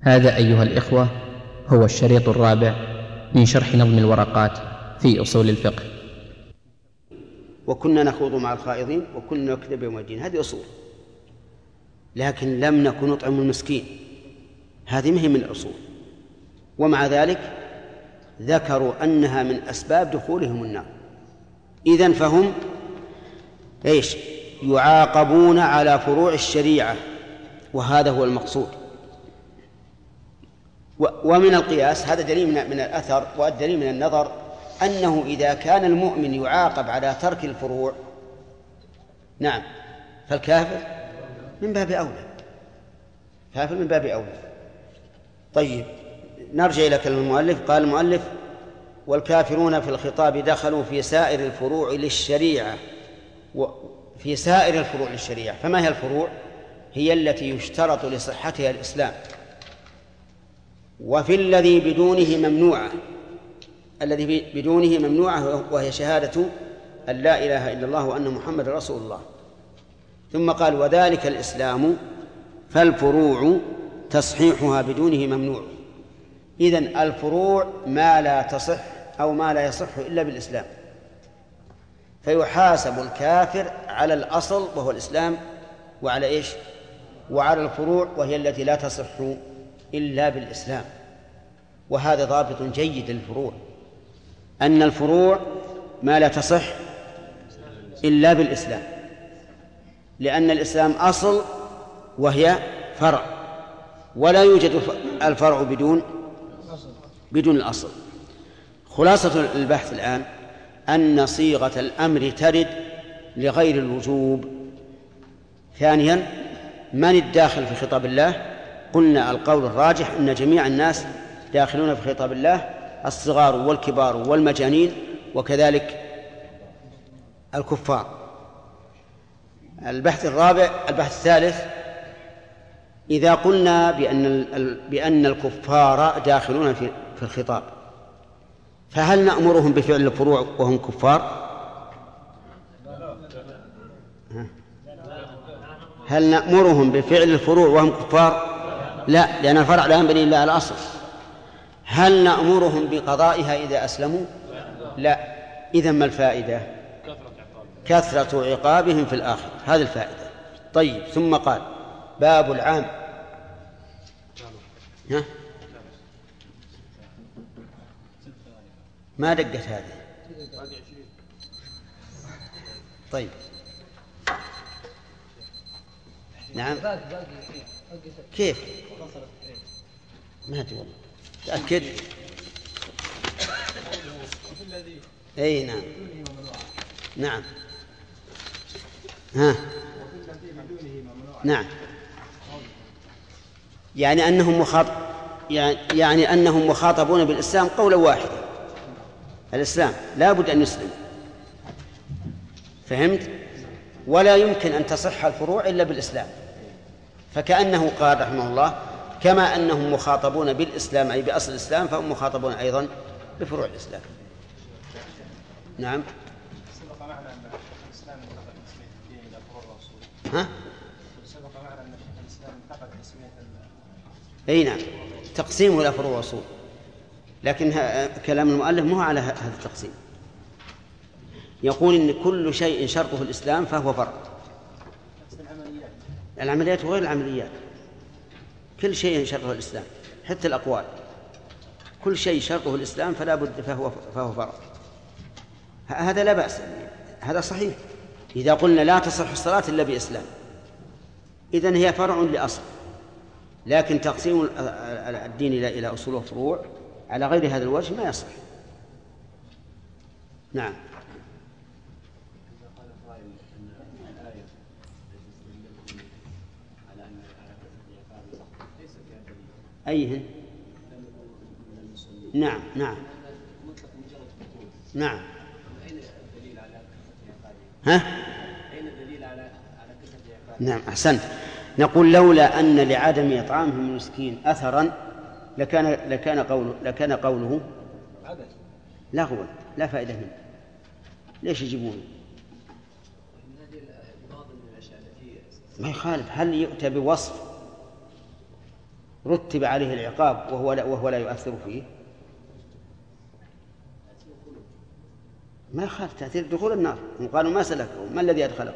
هذا أيها الإخوة هو الشريط الرابع من شرح نظم الورقات في أصول الفقه. وكنا نخوض مع الخائضين وكنا نكذب يوم الدين، هذه أصول. لكن لم نكن نطعم المسكين، هذه مهمة من الأصول. ومع ذلك ذكروا أنها من أسباب دخولهم النار. إذن فهم يعاقبون على فروع الشريعة، وهذا هو المقصود. ومن القياس هذا دليل من الأثر، والدليل من النظر أنه إذا كان المؤمن يعاقب على ترك الفروع نعم فالكافر من باب أولى، كافر من باب أولى. طيب نرجع إلى كلام المؤلف. قال المؤلف: والكافرون في الخطاب دخلوا في سائر الفروع للشريعة، في سائر الفروع للشريعة. فما هي الفروع؟ هي التي يشترط لصحتها الإسلام، وفي الذي بدونه ممنوعة، الذي بدونه ممنوعة، وهي شهادة أن لا إله إلا الله وأن محمد رسول الله. ثم قال: وذلك الإسلام فالفروع تصحيحها بدونه ممنوع. إذن الفروع ما لا تصح أو ما لا يصح إلا بالإسلام، فيحاسب الكافر على الأصل وهو الإسلام، وعلى وعلى الفروع وهي التي لا تصح إلا بالإسلام. وهذا ضابط جيد للفروع، أن الفروع ما لا تصح إلا بالإسلام، لأن الإسلام أصل وهي فرع، ولا يوجد الفرع بدون الأصل. خلاصة البحث الآن أن صيغة الأمر ترد لغير الوجوب. ثانيا، من الداخل في خطاب الله؟ قلنا القول الراجح أن جميع الناس داخلون في خطاب الله، الصغار والكبار والمجانين، وكذلك الكفار. البحث الثالث: إذا قلنا بأن الكفار داخلون في الخطاب، فهل نأمرهم بفعل الفروع وهم كفار؟ هل نأمرهم بفعل الفروع وهم كفار؟ لا، لأن الفرع لا ينبني إلا على الأصل. هل نأمرهم بقضائها إذا أسلموا؟ لا. إذن ما الفائدة؟ كثرة عقابهم في الآخرة، هذه الفائدة. طيب، ثم قال: باب العام. ما دقت هذه. طيب نعم. كيف؟ ما أدري والله، تأكد. أي نعم نعم. نعم، يعني أنهم مخاطبون بالإسلام قولا واحدا. الإسلام لا بد أن يسلم، فهمت؟ ولا يمكن أن تصح الفروع إلا بالإسلام. فكأنه قال رحمه الله: كما أنهم مخاطبون بالإسلام أي بأصل الإسلام، فهم مخاطبون أيضا بفروع الإسلام. نعم. سبق معنا أن الإسلام انتقل تسمية الدين إلى فروع وأصول. سبق معنا أن الإسلام انتقل تسمية أي نعم، تقسيمه إلى فروع وأصول، لكن كلام المؤلف مو على هذا التقسيم. يقول إن كل شيء شرطه الإسلام فهو فرع. العمليات وغير العمليات، كل شيء شرطه الإسلام، حتى الأقوال، كل شيء شرطه الإسلام فلا بد فهو فرع. هذا لا بأس، هذا صحيح. إذا قلنا لا تصح الصلاة إلا بإسلام، إذن هي فرع لأصل. لكن تقسيم الدين إلى أصول وفروع على غير هذا الوجه ما يصح. نعم. أيهن؟ نعم نعم نعم. أين الدليل على كثرة عقابه؟ نعم، أحسنت. نقول: لولا أن لعدم إطعامهم المسكين أثرا لكان قوله لغوا، لا فائدة منه. ليش يجيبون؟ ما يخالف. هل يؤتى بوصف رتب عليه العقاب وهو لا يؤثر فيه ما يخالف تأثير دخول النار. قالوا ما سلكه ما الذي أدخله؟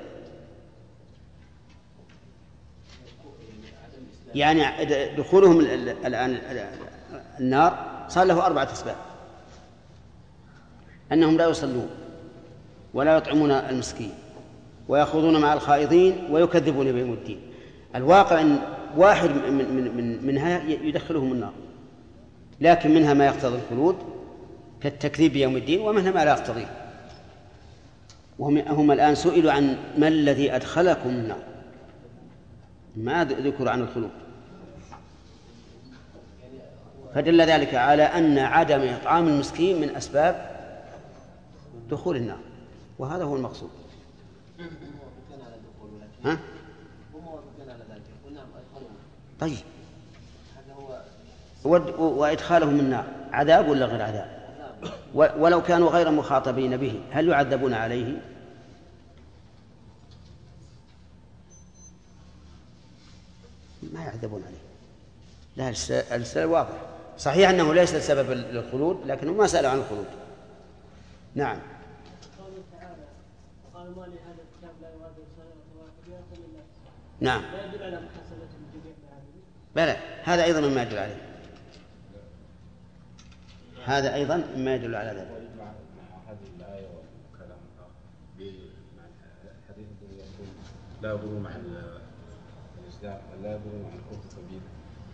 يعني دخولهم الآن النار صار له 4 أسباب: أنهم لا يصلون ولا يطعمون المسكين ويخوضون مع الخائضين ويكذبون بيوم الدين. الواقع أن واحد منها يدخلهم النار، لكن منها ما يقتضي الخلود كالتكذيب بيوم الدين، ومنها ما لا يقتضيه. وهم الآن سئلوا عن ما الذي أدخلكم النار، ما ذكر عن الخلود، فدل ذلك على أن عدم إطعام المسكين من أسباب دخول النار، وهذا هو المقصود. ها؟ طيب، وإدخالهم النار عذاب ولا غير عذاب؟ ولو كانوا غير مخاطبين به هل يعذبون عليه؟ ما يعذبون عليه. لا، السؤال واضح. صحيح أنه ليس سبب للخلود، لكنه ما سأل عن الخلود. نعم. نعم. بلى، هذا أيضا مما يدل عليه. هذا أيضا مما يدل على ذلك. هذه الآية وكلام مع الحديث يقول لا يضر مع الإسلام لا يضر مع الكفر كبير.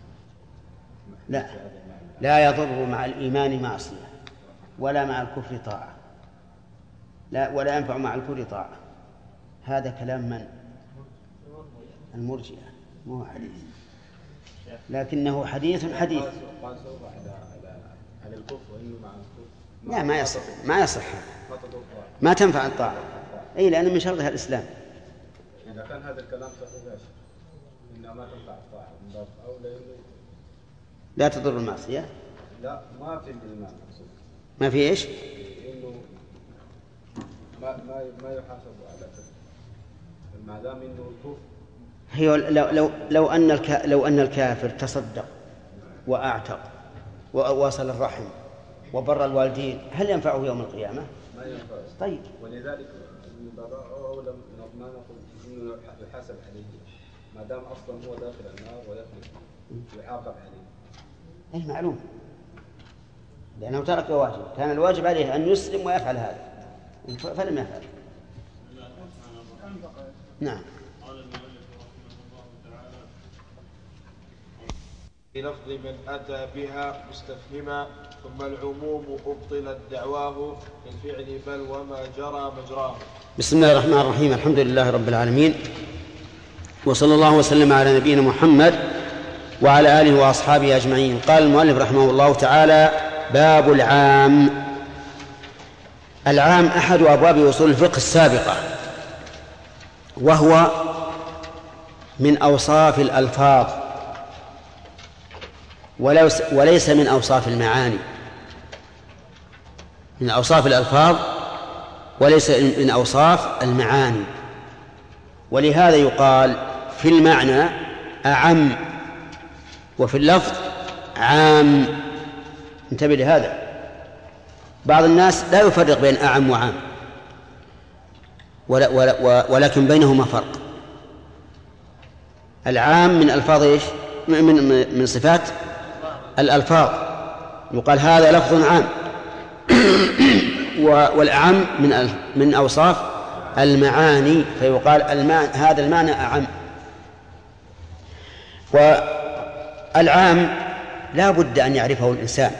لا يضر مع الإيمان معصية ولا مع الكفر طاعة، لا ولا ينفع مع الكفر طاعة. هذا كلام من؟ المرجئة، مو حديث، لكنه حديث على الكفر وإنه مع الكفر. لا، ما يصح، ما تنفع الطاعة. أي، لأن من شرطها الإسلام. إذا كان هذا الكلام صحيح إنما ما تنفع الطاعة من باب أولى لا تضر المعصية. لا، ما في الإيمان ما في إيش؟ إنه ما يحاسب على كذا ما دام إنه الكفر. هي لو أن الكافر تصدق وأعتق وواصل الرحم وبر الوالدين هل ينفعه يوم القيامة؟ ما ينفع. طيب، ولذلك من باب أولى ما نقول إنه يحاسب عليه ما دام أصلا هو داخل النار ويخلق يعاقب عليه. أي معلوم، لأنه ترك واجب، كان الواجب عليه أن يسلم ويفعل هذا فلم يفعل. نعم. بلفظ من أتى بها مستفهما ثم العموم أبطلت دعواه للفعل بل وما جرى مجراه. بسم الله الرحمن الرحيم. الحمد لله رب العالمين، وصلى الله وسلم على نبينا محمد وعلى آله وأصحابه أجمعين. قال المؤلف رحمه الله تعالى: باب العام. العام أحد أبواب أصول الفقه السابقة، وهو من أوصاف الألفاظ وليس من أوصاف المعاني. من أوصاف الألفاظ وليس من أوصاف المعاني، ولهذا يقال في المعنى أعم وفي اللفظ عام. انتبه لهذا، بعض الناس لا يفرق بين أعم وعام، ولكن بينهما فرق. العام من ألفاظ إيش؟ من صفات الألفاظ، يقال هذا لفظ عام. والأعم من أوصاف المعاني، فيقال هذا المعنى أعم. والعام لا بد أن يعرفه الإنسان،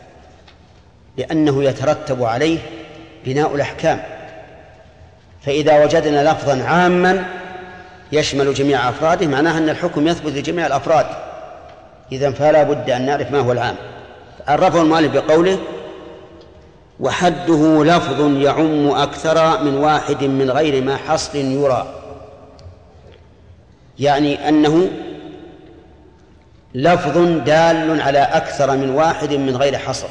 لأنه يترتب عليه بناء الأحكام. فإذا وجدنا لفظا عاما يشمل جميع أفراده معناها أن الحكم يثبت لجميع الأفراد، إذن فلا بد أن نعرف ما هو العام. عرفه المؤلف بقوله: وحده لفظ يعم أكثر من واحد من غير ما حصر يرى. يعني أنه لفظ دال على أكثر من واحد من غير حصر،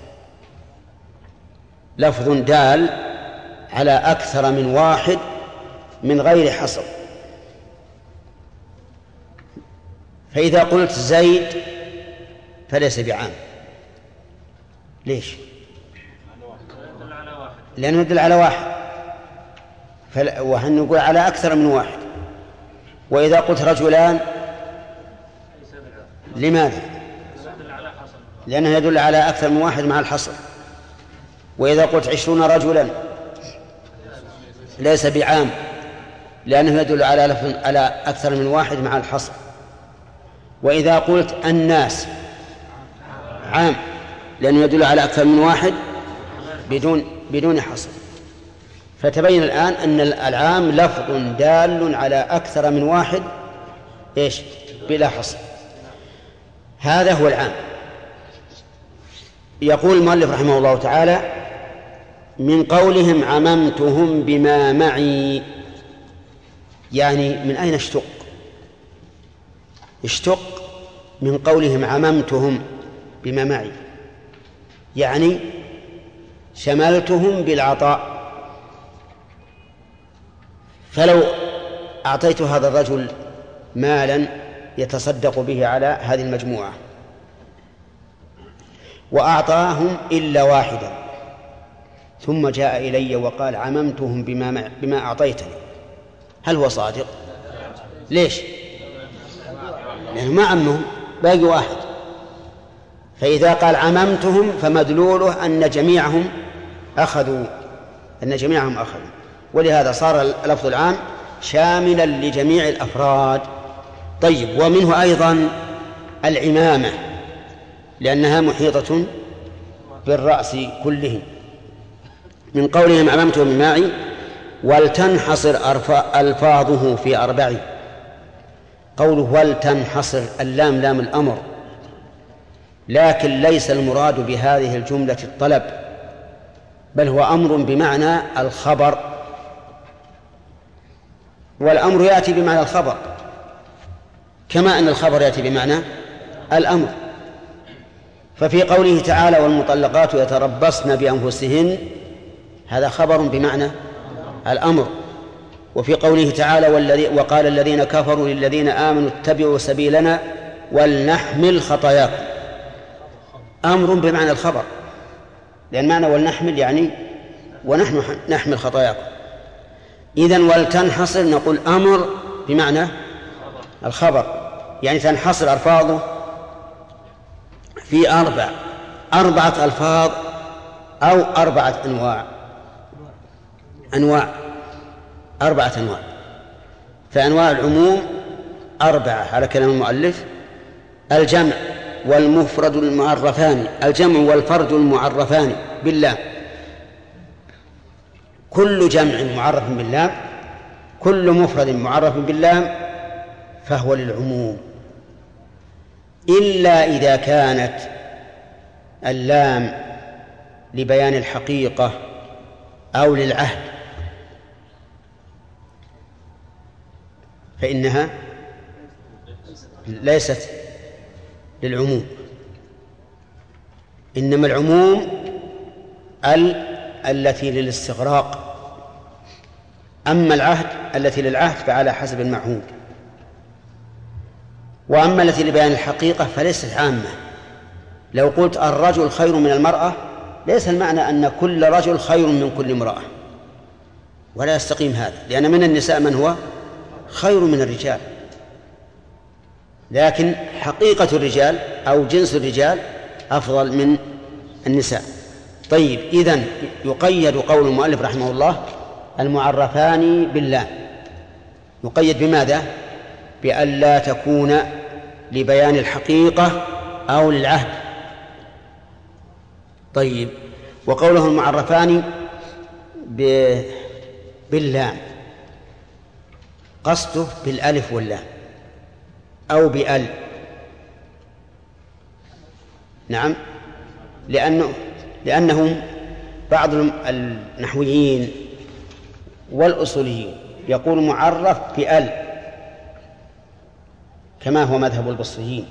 لفظ دال على أكثر من واحد من غير حصر. فإذا قلت زيد فليس بعام. ليش؟ لأنه يدل على واحد، ونحن نقول على أكثر من واحد. وإذا قلت رجلان لماذا؟ لأنه يدل على أكثر من واحد مع الحصر. وإذا قلت 20 رجلا ليس بعام، لأنه يدل على أكثر من واحد مع الحصر. وإذا قلت الناس عام، لأنه يدل على أكثر من واحد بدون حصر. فتبين الآن أن العام لفظ دال على أكثر من واحد إيش؟ بلا حصر. هذا هو العام. يقول المؤلف رحمه الله تعالى: من قولهم عممتهم بما معي، يعني من أين اشتق؟ اشتق من قولهم عممتهم بما معي، يعني شملتهم بالعطاء. فلو أعطيت هذا الرجل مالا يتصدق به على هذه المجموعة وأعطاهم إلا واحدا، ثم جاء إلي وقال عممتهم بما أعطيتني، هل هو صادق؟ ليش؟ لأنه ما عمهم، باقي واحد. فإذا قال عممتهم فمدلوله أن جميعهم أخذوا، ولهذا صار لفظ العام شاملا لجميع الأفراد. طيب، ومنه أيضا العمامة، لأنها محيطة بالرأس كله. من قولهم عممتهم بماعي ولتنحصر ألفاظه في 4. قوله ولتنحصر، اللام لام الأمر، لكن ليس المراد بهذه الجملة الطلب، بل هو أمر بمعنى الخبر، والأمر يأتي بمعنى الخبر كما أن الخبر يأتي بمعنى الأمر. ففي قوله تعالى والمطلقات يتربصن بأنفسهن، هذا خبر بمعنى الأمر. وفي قوله تعالى وقال الذين كفروا للذين آمنوا اتبعوا سبيلنا ولنحمل خطاياكم، أمر بمعنى الخبر، لأن معنى ولنحمل يعني ونحن نحمل خطاياكم. إذن ولتنحصر نقول أمر بمعنى الخبر، يعني تنحصر ألفاظه في 4 ألفاظ أو 4 4 أنواع. فأنواع العموم 4 على كلام المؤلف: الجمع والمفرد المعرفان، الجمع والفرد المعرفان بالله، كل جمع معرف بالله، كل مفرد معرف بالله فهو للعموم، إلا إذا كانت اللام لبيان الحقيقة أو للعهد فإنها ليست للعموم، إنما العموم التي للاستغراق، أما العهد التي للعهد فعلى حسب المعهود. وأما التي لبيان الحقيقة فليست عامة. لو قلت الرجل خير من المرأة ليس المعنى أن كل رجل خير من كل امرأة، ولا يستقيم هذا، لأن من النساء من هو خير من الرجال، لكن حقيقة الرجال أو جنس الرجال أفضل من النساء. طيب، إذن يقيد قول المؤلف رحمه الله المعرفان بالله، يقيد بماذا؟ بأن لا تكون لبيان الحقيقة أو للعهد. طيب، وقوله المعرفان باللام قصده بالألف واللام أو بأل، نعم، لأنهم بعض النحويين والأصوليين يقول معرف بأل كما هو مذهب البصريين.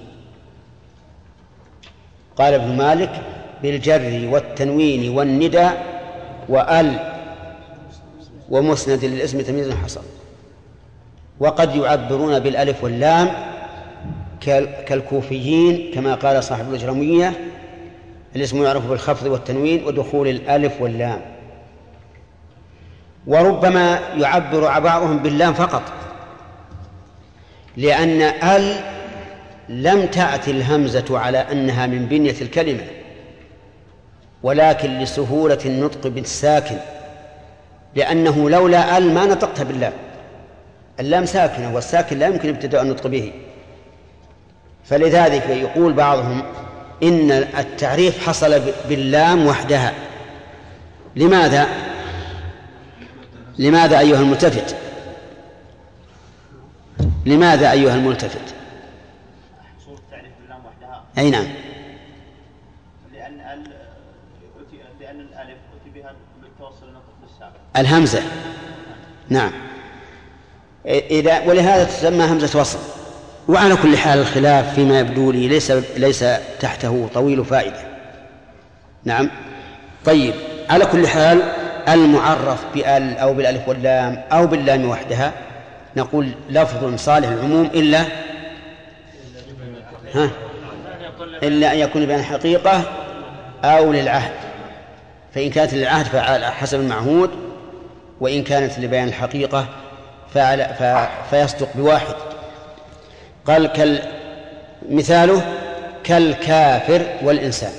قال ابن مالك بالجر والتنوين والندى وأل ومسند للاسم تمييز حصل. وقد يعبرون بالألف واللام كالكوفيين كما قال صاحب الأجرمية الاسم يعرف بالخفض والتنوين ودخول الألف واللام. وربما يعبر بعضهم باللام فقط، لأن ال لم تأتي الهمزة على أنها من بنية الكلمة، ولكن لسهولة النطق بالساكن، لأنه لولا ال ما نطقت باللام. اللام ساكنة والساكن لا يمكن ابتداء النطق به. فلذلك يقول بعضهم إن التعريف حصل باللام وحدها. لماذا أيها الملتفت؟ لماذا أيها الملتفت؟ حصول التعريف باللام وحدها. أي نعم. لأن الألف أتي بها بالتوصل النطق بالساكن. الهمزة نعم. ولهذا تسمى همزة وصل. وعلى كل حال الخلاف فيما يبدو لي ليس تحته طويل فائدة. نعم. طيب، على كل حال المعرف بال أو بالألف واللام أو باللام وحدها نقول لفظ صالح العموم إلا أن يكون بين الحقيقة أو للعهد. فإن كانت للعهد فعلى حسب المعهود، وإن كانت لبيان الحقيقة فيصدق بواحد. قال مثاله كالكافر والإنسان.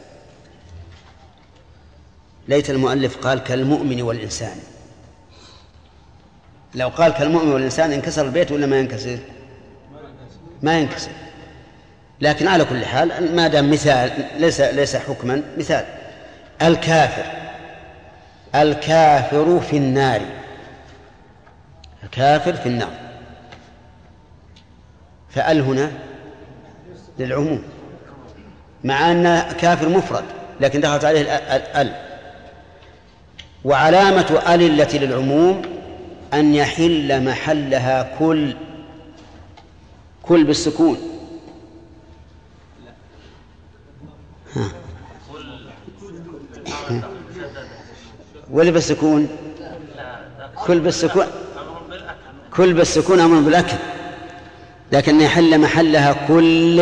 ليت المؤلف قال كالمؤمن والإنسان. لو قال كالمؤمن والإنسان انكسر البيت ولا ما ينكسر؟ ما ينكسر. لكن على كل حال ما دام مثال ليس حكما، مثال الكافر في النار. الكافر في النار، فأل هنا للعموم، مع أن كافر مفرد لكن دخلت عليه ال. وعلامة ال التي للعموم أن يحل محلها كل بالسكون. ولا بالسكون؟ كل بالسكون أمر بالأكل، لكن يحل محلها كل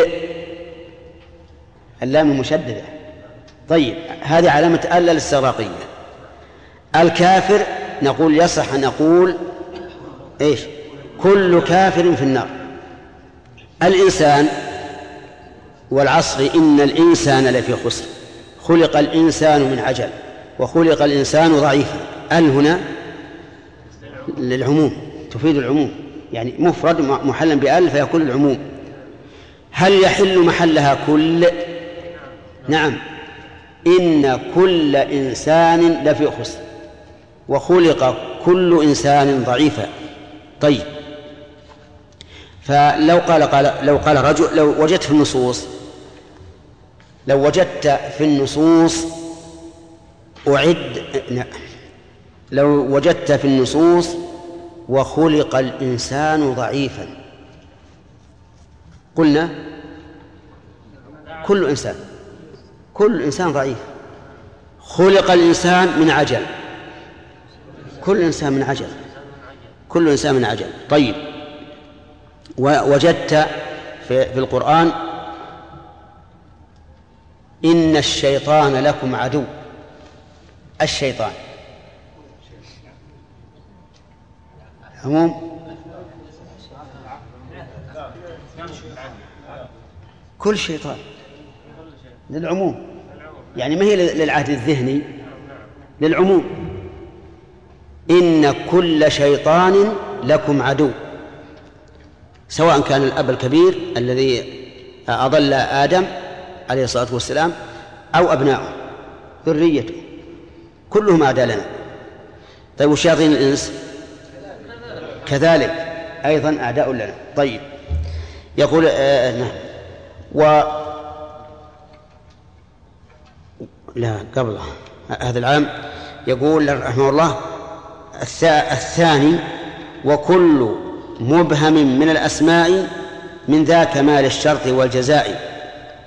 اللام المشددة. طيب، هذه علامة ال الاستغراقية. الكافر نقول يصح أن نقول إيش؟ كل كافر في النار. الإنسان والعصر إن الإنسان لفي خسر، خلق الإنسان من عجل وخلق الإنسان ضعيفا. ال هنا للعموم، تفيد العموم، يعني مفرد محلا بأل فيكون العموم. هل يحل محلها كل؟ نعم. إن كل إنسان لفي خسر وخلق كل إنسان ضعيفا. طيب، فلو قال رجل، لو وجدت في النصوص لو وجدت في النصوص وخلق الإنسان ضعيفا، قلنا كل إنسان ضعيف. خلق الإنسان من عجل، كل إنسان من عجل. طيب، ووجدت في القرآن إن الشيطان لكم عدو. الشيطان عموم، كل شيطان للعموم، يعني ما هي للعهد الذهني، للعموم. إن كل شيطان لكم عدو، سواء كان الأب الكبير الذي أضل آدم عليه الصلاة والسلام أو أبناؤه ذريته، كلهم أعداء لنا. طيب، وشياطين الإنس كذلك أيضا أعداء لنا. طيب، يقول لا قبل هذا العام يقول رحمه الله الثاني: وكل مبهم من الأسماء من ذا كمال الشرط والجزاء.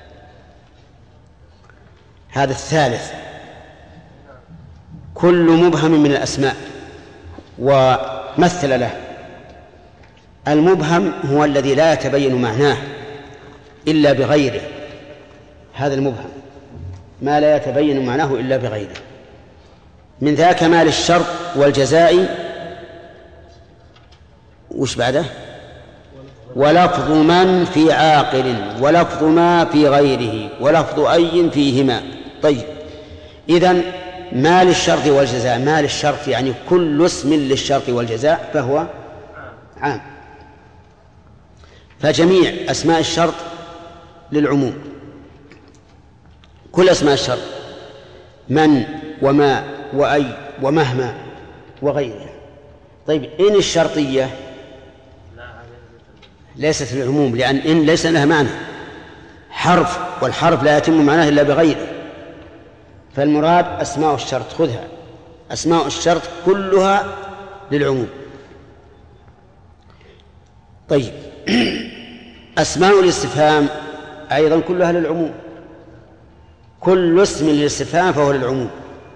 هذا الثالث، كل مبهم من الأسماء، ومثل له. المبهم هو الذي لا يتبين معناه إلا بغيره، هذا المبهم، ما لا يتبين معناه إلا بغيره. من ذاك مال الشرط والجزاء. وش بعده؟ ولفظ من في عاقل، ولفظ ما في غيره، ولفظ أي فيهما. طيب، إذن مال الشرط والجزاء، مال الشرط يعني كل اسم للشرط والجزاء فهو عام، فجميع أسماء الشرط للعموم، كل أسماء الشرط، من وما وأي ومهما وغيرها. طيب، إن الشرطية ليست للعموم، لأن إن ليس لها معنى، حرف، والحرف لا يتم معناه إلا بغيره، فالمراد أسماء الشرط، خذها، أسماء الشرط كلها للعموم. طيب، أسماء الاستفهام أيضا كلها للعموم، كل اسم للاستفهام فهو للعموم.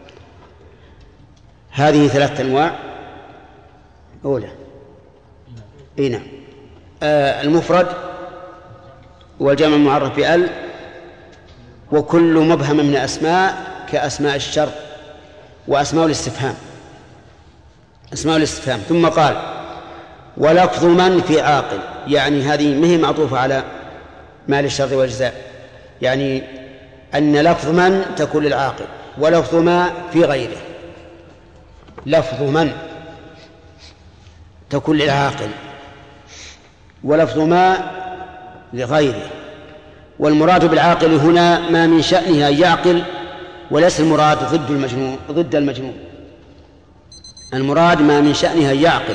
هذه 3 أنواع. أولى نعم، المفرد والجمع المعرف بأل، وكل مبهم من الأسماء كأسماء الشرط وأسماء الاستفهام، أسماء الاستفهام. ثم قال ولفظ من في عاقل، يعني هذه مهي معطوفة على مال الشرط والجزاء، يعني أن لفظ من تكون للعاقل، ولفظ ما في غيره. لفظ من تكون للعاقل، ولفظ ما لغيره. والمراد بالعاقل هنا ما من شأنه أن يعقل، وليس المراد ضد المجنون. المراد ما من شأنه أن يعقل.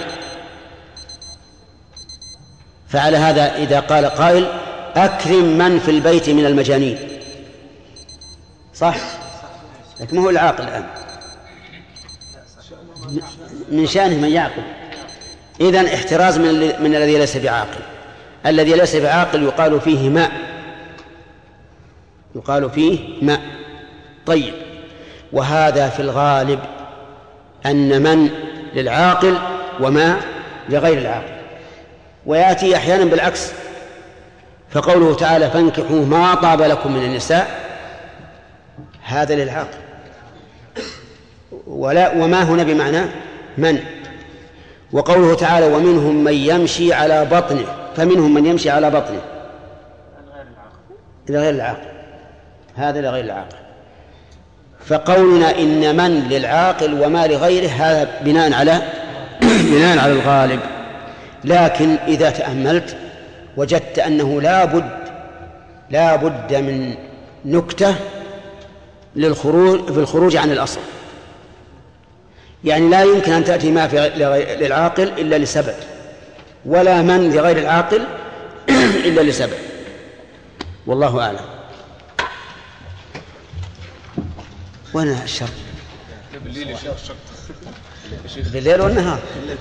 فعلى هذا إذا قال قائل أكرم من في البيت من المجانين، صح؟ لكن ما هو العاقل الآن، من شأنه من يعقل. إذن احتراز من الذي ليس بعاقل. الذي ليس بعاقل يقال فيه ماء، يقال فيه ماء. طيب، وهذا في الغالب أن من للعاقل وما لغير العاقل، ويأتي أحيانا بالعكس. فقوله تعالى فانكحوا ما طاب لكم من النساء، هذا للعاقل، وما هنا بمعنى من. وقوله تعالى ومنهم من يمشي على بطنه، فمنهم من يمشي على بطنه لغير العاقل، هذا لغير العاقل. فقولنا إن من للعاقل وما لغيره هذا بناء على الغالب. لكن إذا تأملت وجدت أنه لا بد من نكتة في الخروج عن الأصل، يعني لا يمكن أن تأتي ما في للعاقل إلا لسبب، ولا من لغير العاقل إلا لسبب، والله أعلم. وين الشرط؟ بالليل والنهار.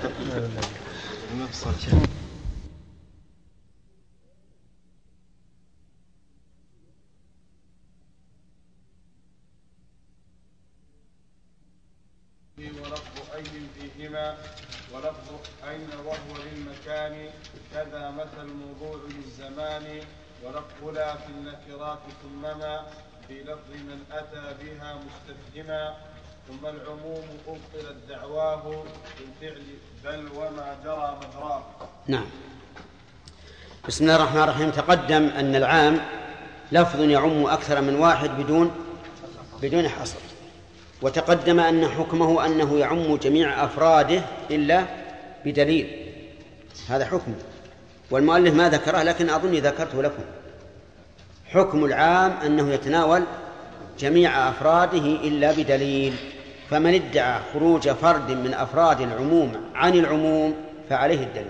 ولفظ أي فيهما، ولفظ أين وهو للمكان، كذا مثل الموضوع للزمان، ولفظ لا في النكرات ثمما، في لفظ من أتى بها مستفهما، ثم العموم أبطلت دعواه بالفعل بل وما جرى مجراه. نعم. بسم الله الرحمن الرحيم. تقدم أن العام لفظ يعم أكثر من واحد بدون حصر، وتقدم أن حكمه أنه يعم جميع أفراده إلا بدليل، هذا حكمه، والمؤلف ما ذكره لكن أظني ذكرته لكم. حكم العام أنه يتناول جميع أفراده إلا بدليل، فمن ادعى خروج فرد من أفراد العموم عن العموم فعليه الدليل.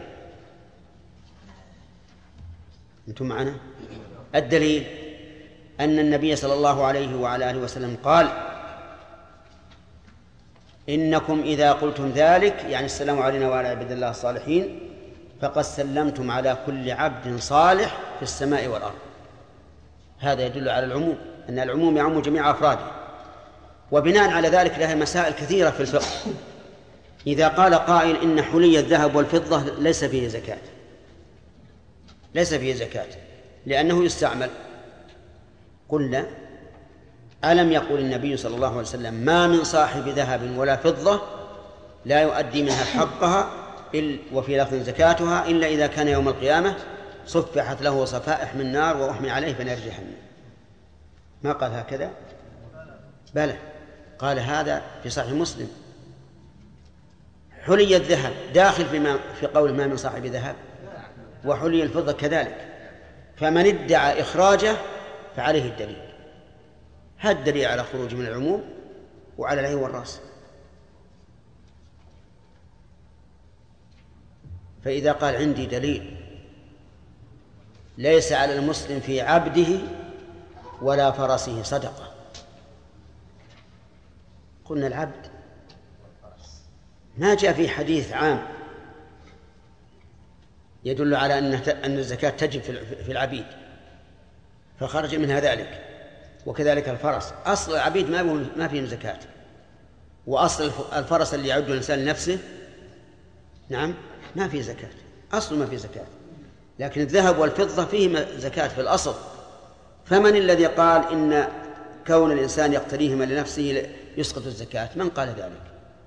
أنتم معنا؟ الدليل أن النبي صلى الله عليه وعلى آله وسلم قال إنكم إذا قلتم ذلك، يعني السلام علينا وعلى عباد الله الصالحين، فقد سلمتم على كل عبد صالح في السماء والأرض. هذا يدل على العموم، أن العموم يعم جميع أفراده. وبناء على ذلك لها مسائل كثيرة في الفقه. إذا قال قائل إن حلي الذهب والفضة ليس فيه زكاة، لأنه يستعمل. قلنا ألم يقل النبي صلى الله عليه وسلم ما من صاحب ذهب ولا فضة لا يؤدي منها حقها وفي لفظ زكاتها إلا إذا كان يوم القيامة صفحت له صفائح من نار وأحمي عليه بنار جهنم. ما قال هكذا؟ بلى، قال هذا في صحيح مسلم. حلي الذهب داخل في قول ما من صاحب ذهب، وحلي الفضة كذلك. فمن ادعى إخراجه فعليه الدليل. هذا الدليل على خروج من العموم وعلى العين والرأس. فإذا قال عندي دليل ليس على المسلم في عبده ولا فرسه صدقة، قلنا العبد ما جاء في حديث عام يدل على أن الزكاة تجب في العبيد فخرج منها ذلك. وكذلك الفرس، أصل العبيد ما فيه زكاة، وأصل الفرس اللي يعد الإنسان لنفسه نعم ما فيه زكاة، أصل ما فيه زكاة. لكن الذهب والفضة فيه زكاة في الأصل. فمن الذي قال إن كون الإنسان يقتنيهما لنفسه يسقط الزكاة؟ من قال ذلك؟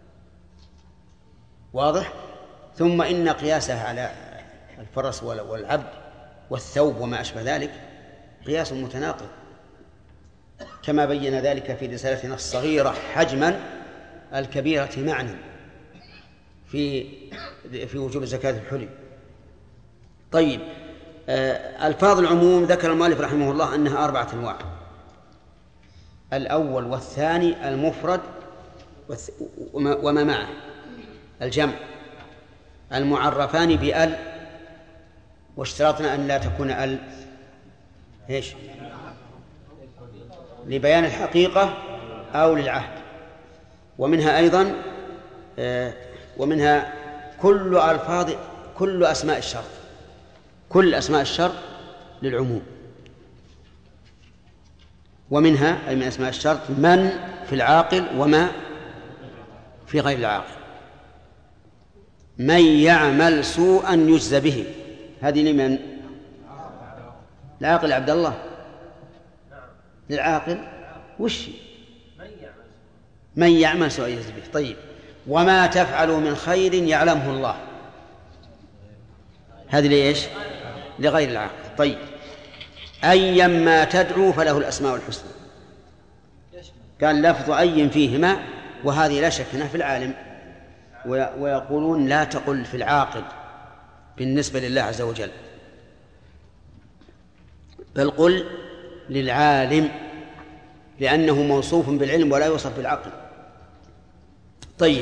واضح؟ ثم إن قياسها على الفرس والعبد والثوب وما أشبه ذلك قياس متناقض، كما بين ذلك في رسالتنا الصغيرة حجما الكبيرة معنى في وجوب زكاة الحلي. طيب، ألفاظ العموم ذكر المؤلف رحمه الله أنها 4 أنواع. الأول والثاني المفرد وما معه الجمع، المعرفان بأل، واشترطنا أن لا تكون أل إيش؟ لبيان الحقيقة أو للعهد. ومنها أيضا ومنها كل أسماء الشرط، كل أسماء الشرط للعموم. ومنها أي من أسماء الشرط من في العاقل وما في غير العاقل. من يعمل سوءا يجزى به، هذه لمن؟ العاقل عبد الله، للعاقل وش؟ من يعمل سوءا يجزى به. طيب، وما تفعلوا من خير يعلمه الله، هذه ليش؟ لغير العاقل. طيب، أيما تدعو فله الأسماء الحسنى، قال لفظ أي فيهما، وهذه لا شك أنها في العالم، ويقولون لا تقل في العاقل بالنسبة لله عز وجل، بل قل للعالم، لأنه موصوف بالعلم ولا يوصف بالعقل. طيب،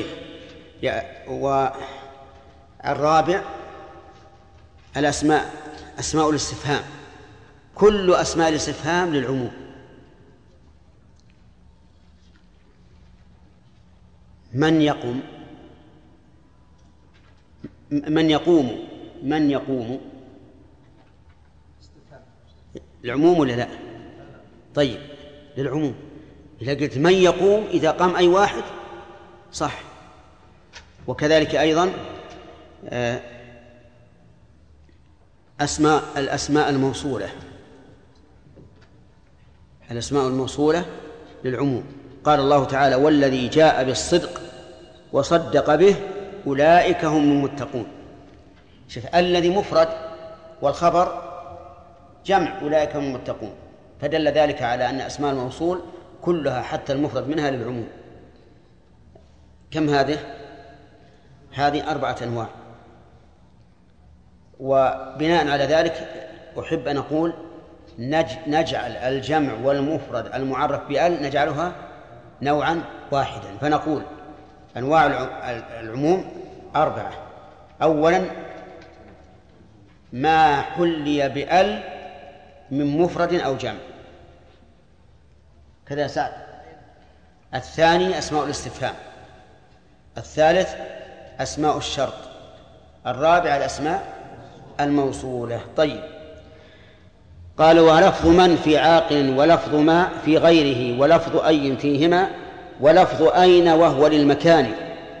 والرابع الأسماء، أسماء الاستفهام، كل أسماء الاستفهام للعموم. من يقوم، من يقوم، من يقوم العموم ولا لا؟ طيب، للعموم. إذا قلت من يقوم إذا قام أي واحد صح. وكذلك أيضا الأسماء الموصولة، الأسماء الموصولة للعموم. قال الله تعالى والذي جاء بالصدق وصدق به أولئك هم المتقون. شوف، الذي مفرد والخبر جمع أولئك هم المتقون، فدل ذلك على أن أسماء الموصول كلها حتى المفرد منها للعموم. كم هذه؟ هذه 4 أنواع. وبناء على ذلك أحب أن أقول نجعل الجمع والمفرد المعرف بأل نجعلها نوعا واحدا، فنقول أنواع العموم 4. أولا ما حلي بأل من مفرد أو جمع، كذا سعد. الثاني أسماء الاستفهام. الثالث أسماء الشرط. الرابع الأسماء الموصولة. طيب، قال ولفظ من في عاقل، ولفظ ما في غيره، ولفظ أي فيهما، ولفظ أين وهو للمكان.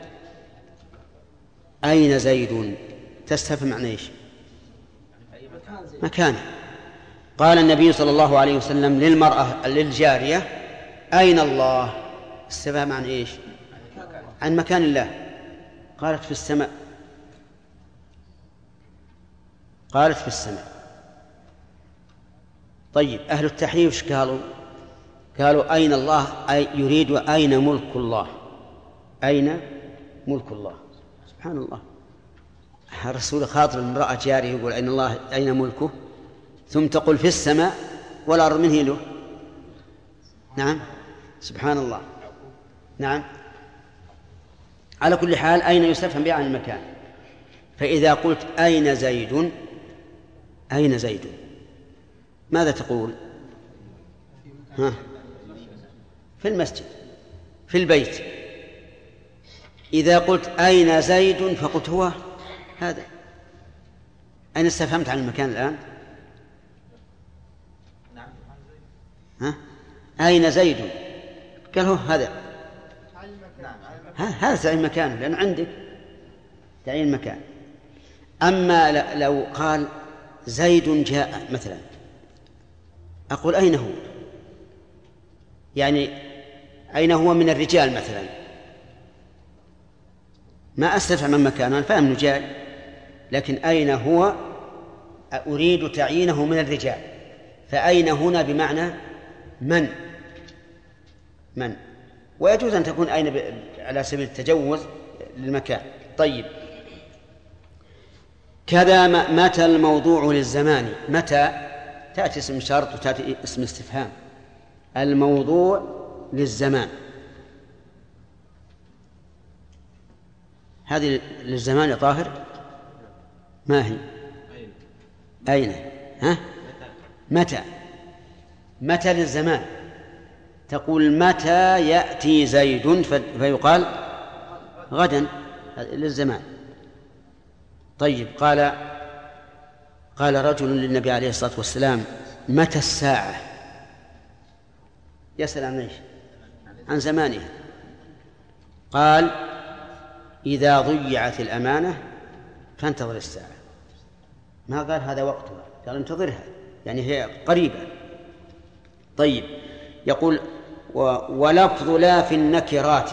أين زيد تستفهم عن إيش؟ مكان. قال النبي صلى الله عليه وسلم للمرأة للجارية: أين الله؟ استفهام عن إيش؟ عن مكان الله. قالت: في السماء. قالت: في السماء. طيب، أهل التحريف ايش قالوا؟ قالوا: أين الله؟ أي يريد أين ملك الله؟ أين ملك الله؟ سبحان الله، الرسول خاطر امرأة جارية يقول: أين الله؟ أين ملكه؟ ثم تقول: في السماء والأرض من هي له؟ نعم، سبحان الله. نعم، على كل حال أين يستفهم بها عن المكان. فإذا قلت: أين زيد؟ أين زيد؟ ماذا تقول؟ ها؟ في المسجد، في البيت. إذا قلت: أين زيد؟ فقلت: هو هذا. أين استفهمت عن المكان الآن؟ ها؟ أين زيد؟ قال: هو هذا. هذا تعين مكان، لأنه عندك تعين مكان. أما لو قال: زيد جاء مثلا، أقول: أين هو؟ يعني أين هو من الرجال مثلا، ما أستفهم من مكانه، أنا فاهم أنه جاء، لكن أين هو أريد تعيينه من الرجال. فأين هنا بمعنى من، ويجوز أن تكون أين على سبيل التجوز للمكان. طيب، كذا متى الموضوع للزمان. متى تأتي اسم شرط وتأتي اسم استفهام. الموضوع للزمان، هذه للزمان يا طاهر. ما هي؟ أين؟ ها؟ متى للزمان. تقول: متى يأتي زيد؟ فيقال: غدا، للزمان. طيب، قال رجل للنبي عليه الصلاة والسلام: متى الساعة؟ يسأل عن ايش؟ عن زمانها. قال: إذا ضيعت الأمانة فانتظر الساعة. ما قال هذا وقتها، قال انتظرها، يعني هي قريبة. طيب، يقول: ولفظ لا في النكرات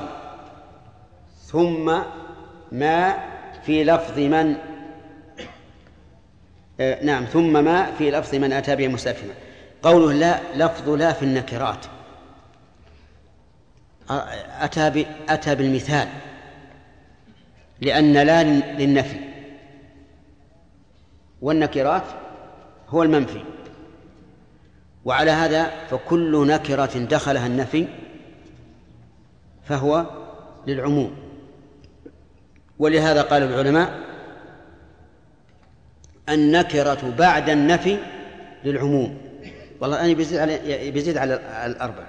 ثم ما في لفظ من نعم ثم ما في لفظ من أتى به مستفهما. قوله لا، لفظ لا في النكرات أتى بالمثال، لأن لا للنفي، والنكرات هو المنفي. وعلى هذا فكل نكرة دخلها النفي فهو للعموم. ولهذا قال العلماء: النكرة بعد النفي للعموم. والله أنا بيزيد على الأربعة.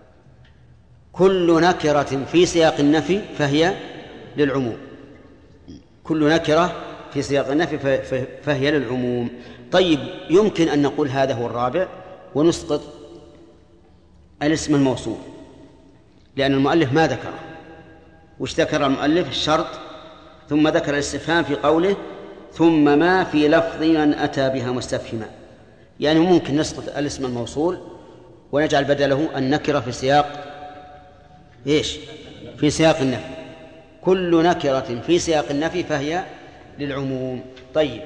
كل نكرة في سياق النفي فهي للعموم. كل نكرة في سياق النفي فهي للعموم. طيب، يمكن أن نقول هذا هو الرابع ونسقط الاسم الموصول، لأن المؤلف ما ذكره. وش ذكر المؤلف؟ الشرط، ثم ذكر الاستفهام في قوله: ثم ما في لفظ من أتى بها مستفهما. يعني ممكن نسقط الاسم الموصول ونجعل بدله النكرة في سياق إيش؟ في سياق النفي. كل نكرة في سياق النفي فهي للعموم. طيب،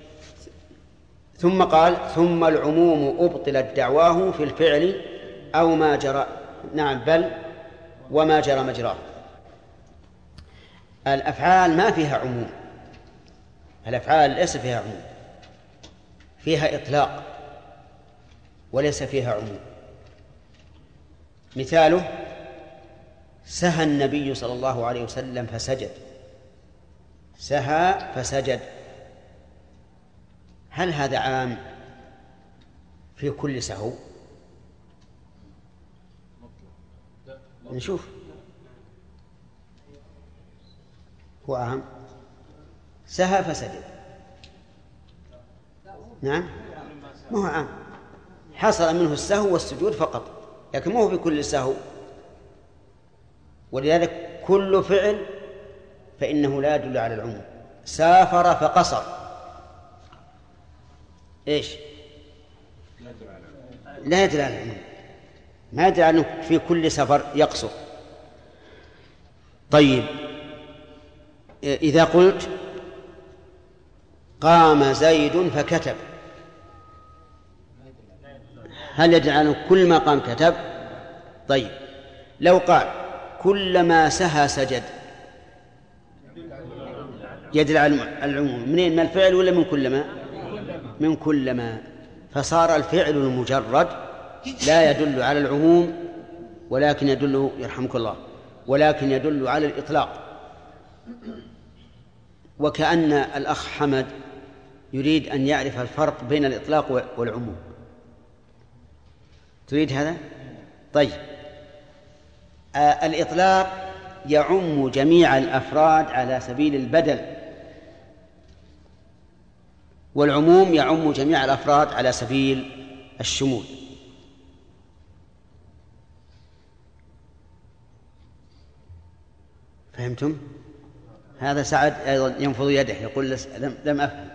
ثم قال: ثم العموم أبطلت دعواه في الفعل أو ما جرى. نعم، بل وما جرى مجراه. الأفعال ما فيها عموم، الأفعال ليس فيها عموم، فيها إطلاق وليس فيها عموم. مثاله: سهى النبي صلى الله عليه وسلم فسجد. سهى فسجد، هل هذا عام في كل سهو؟ نشوف. هو عام. سهى فسجد، نعم، ما هو عام، حصل منه السهو والسجود فقط، لكن ما هو بكل سهو. ولذلك كل فعل فإنه لا يدل على العموم. سافر فقصر، إيش؟ لا يدل على العموم، ما يدل على أنه في كل سفر يقصر. طيب إذا قلت قام زيد فكتب، هل يدل على كل ما قام كتب؟ طيب لو قال كلما سهى سجد، يدل على العموم. منين؟ من الفعل ولا من كلما؟ من كلما. فصار الفعل المجرد لا يدل على العموم، ولكن يدل، يرحمك الله، ولكن يدل على الإطلاق. وكأن الأخ حمد يريد أن يعرف الفرق بين الإطلاق والعموم. تريد هذا؟ طيب الإطلاق يعم جميع الأفراد على سبيل البدل، والعموم يعم جميع الأفراد على سبيل الشمول. فهمتم؟ هذا سعد أيضا ينفض يده يقول لم أفهم.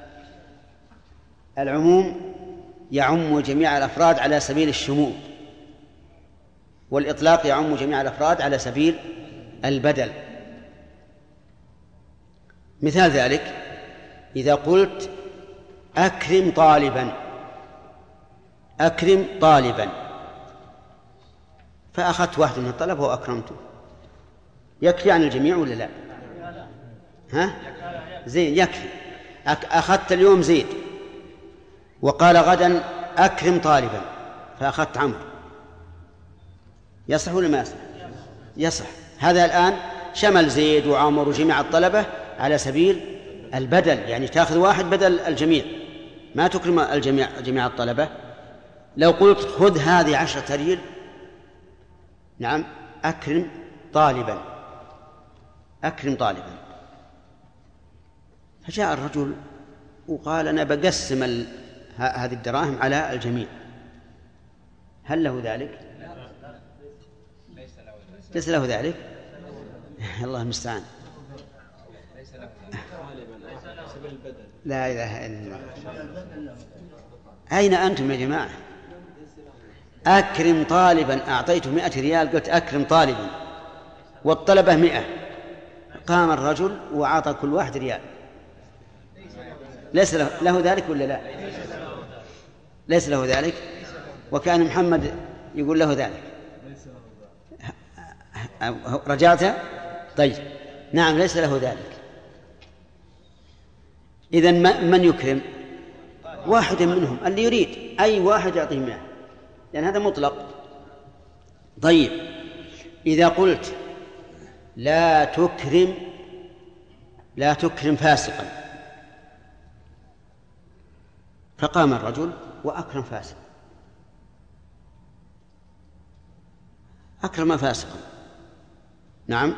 العموم يعم جميع الأفراد على سبيل الشمول، والإطلاق يعم جميع الأفراد على سبيل البدل. مثال ذلك إذا قلت أكرم طالبا، أكرم طالبا، فأخذت واحد من الطلبة وأكرمته، يكفي عن الجميع ولا لا؟ ها؟ زين يكفي. أخذت اليوم زيد وقال غدا أكرم طالبا، فأخذت عمرو، يصح ولا ما يصح؟ يصح. هذا الآن شمل زيد وعمر وجميع الطلبة على سبيل البدل، يعني تأخذ واحد بدل الجميع، ما تكرم الجميع جميع الطلبة. لو قلت خذ هذه 10 ريال، نعم، أكرم طالبا، أكرم طالبا. فجاء الرجل وقال أنا بقسم هذه الدراهم على الجميع، هل له ذلك؟ ليس له ذلك. الله المستعان. لا إله إلا الله. أين أنتم يا جماعة؟ أكرم طالبا، أعطيته 100 ريال، قلت أكرم طالبا، والطلبة 100. قام الرجل وأعطى كل واحد ريال، ليس له ذلك ولا لا؟ ليس له ذلك. وكان محمد يقول له ذلك. رجعت؟ طيب نعم، ليس له ذلك. إذن من يكرم؟ واحد منهم اللي يريد، أي واحد يعطيه 100، لأن هذا مطلق. طيب إذا قلت لا تكرم فاسقا، فقام الرجل وأكرم فاسقا، أكرم فاسقا، نعم،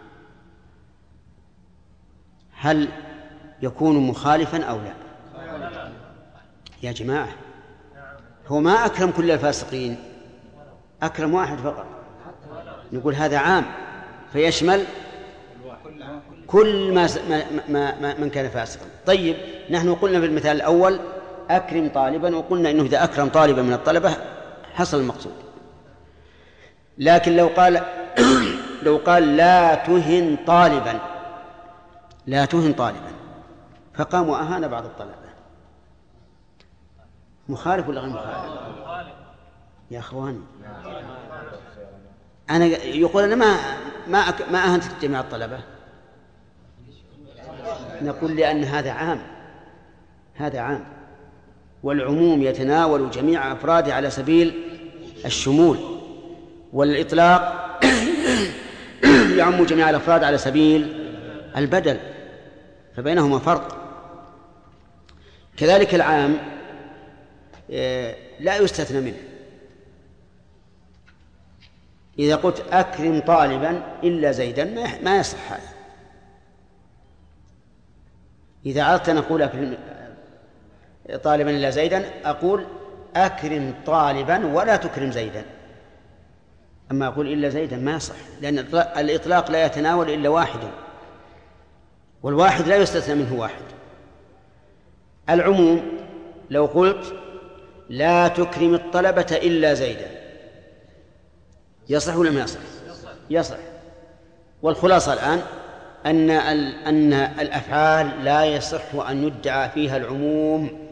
هل يكون مخالفا أو لا؟ يا جماعة هو ما أكرم كل الفاسقين، أكرم واحد فقط. نقول هذا عام فيشمل كل من كان فاسقا. طيب نحن قلنا في المثال الأول أكرم طالبا، وقلنا إنه إذا أكرم طالبا من الطلبة حصل المقصود. لكن لو قال لا تهن طالبا، لا تهن طالبا، فقام وأهان بعض الطلبة، مخالف ولا غير مخالف؟ يا أخواني أنا يقول أنا ما أهنت جميع الطلبة، نقول لأن هذا عام، هذا عام، والعموم يتناول جميع أفراده على سبيل الشمول، والإطلاق يعم جميع الأفراد على سبيل البدل، فبينهما فرق. كذلك العام لا يستثنى منه. إذا قلت أكرم طالبا إلا زيدا ما يصح هذا. إذا أردت أن أقول أكرم طالبا إلا زيدا، أقول أكرم طالبا ولا تكرم زيدا. أما أقول إلا زيدا ما يصح، لأن الإطلاق لا يتناول إلا واحدا، والواحد لا يستثنى منه واحد. العموم لو قلت لا تكرم الطلبة إلا زيدا، يصح ولا ما يصح؟ يصح. والخلاصة الآن أن الأفعال لا يصح أن يدعى فيها العموم،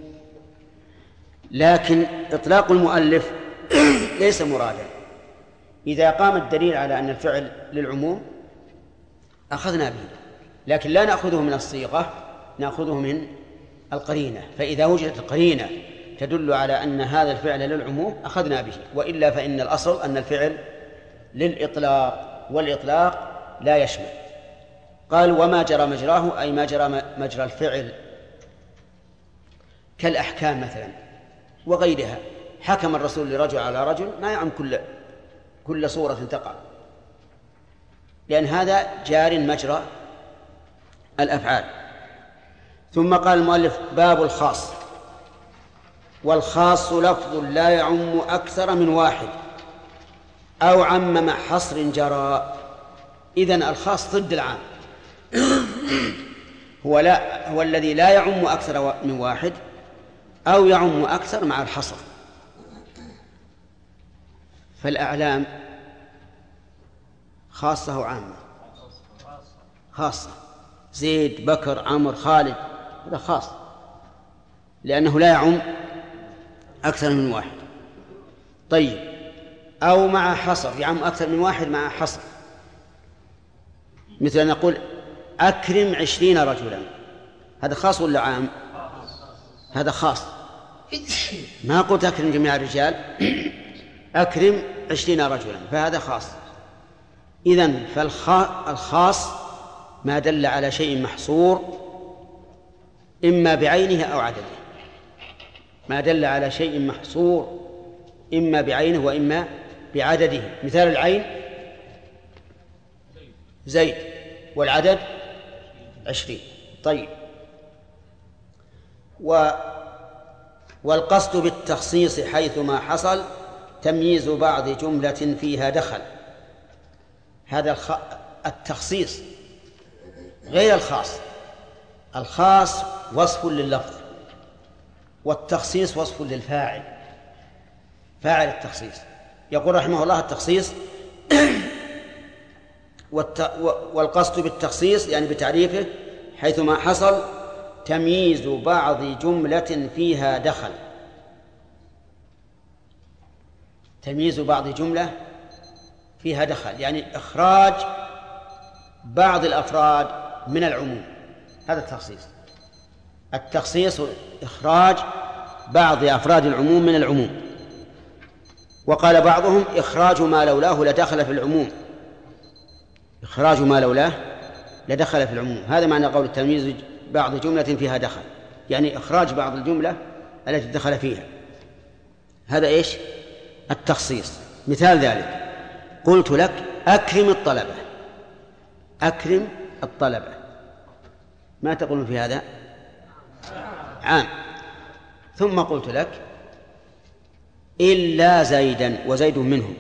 لكن إطلاق المؤلف ليس مرادا. إذا قام الدليل على أن الفعل للعموم أخذنا به، لكن لا نأخذه من الصيغة، نأخذه من القرينة. فإذا وجدت القرينة تدل على أن هذا الفعل للعموم أخذنا به، وإلا فإن الأصل أن الفعل للإطلاق، والإطلاق لا يشمل. قال وما جرى مجراه، أي ما جرى مجرى الفعل كالأحكام مثلا وغيرها. حكم الرسول لرجل على رجل ما يعم كل صورة تقع، لأن هذا جار مجرى الأفعال. ثم قال المؤلف باب الخاص. والخاص لفظ لا يعم أكثر من واحد أو عم مع حصر جرى. إذن الخاص ضد العام. هو الذي لا يعم أكثر من واحد أو يعم أكثر مع الحصر. فالأعلام خاصة وعامة. خاصة زيد بكر عمر خالد، هذا خاص لأنه لا يعم أكثر من واحد. طيب، أو مع حصر، يعم أكثر من واحد مع حصر، مثل أن نقول أكرم 20 رجلا، هذا خاص ولا عام؟ هذا خاص. ما قلت أكرم جميع الرجال، أكرم 20 رجلا، فهذا خاص. إذن فالخاص ما دل على شيء محصور إما بعينه أو عدده، ما دل على شيء محصور إما بعينه وإما بعدده. مثال العين زيد، والعدد 20. طيب، والقصد بالتخصيص حيثما حصل تمييز بعض جملة فيها دخل. هذا التخصيص غير الخاص. الخاص وصف لللفظ، والتخصيص وصف للفاعل، فاعل التخصيص. يقول رحمه الله التخصيص والقصد بالتخصيص يعني بتعريفه حيثما حصل تمييز بعض جملة فيها دخل. تمييز بعض جملة فيها دخل يعني إخراج بعض الأفراد من العموم، هذا التخصيص. التخصيص إخراج بعض أفراد العموم من العموم. وقال بعضهم إخراج ما لولاه لدخل في العموم، إخراج ما لولاه لدخل في العموم. هذا معنى قول التمييز بعض جملة فيها دخل، يعني إخراج بعض الجملة التي دخل فيها. هذا إيش؟ التخصيص. مثال ذلك قلت لك أكرم الطلبة، أكرم الطلبة، ما تقولون في هذا؟ عام. ثم قلت لك إلا زيدا وزيد منهم،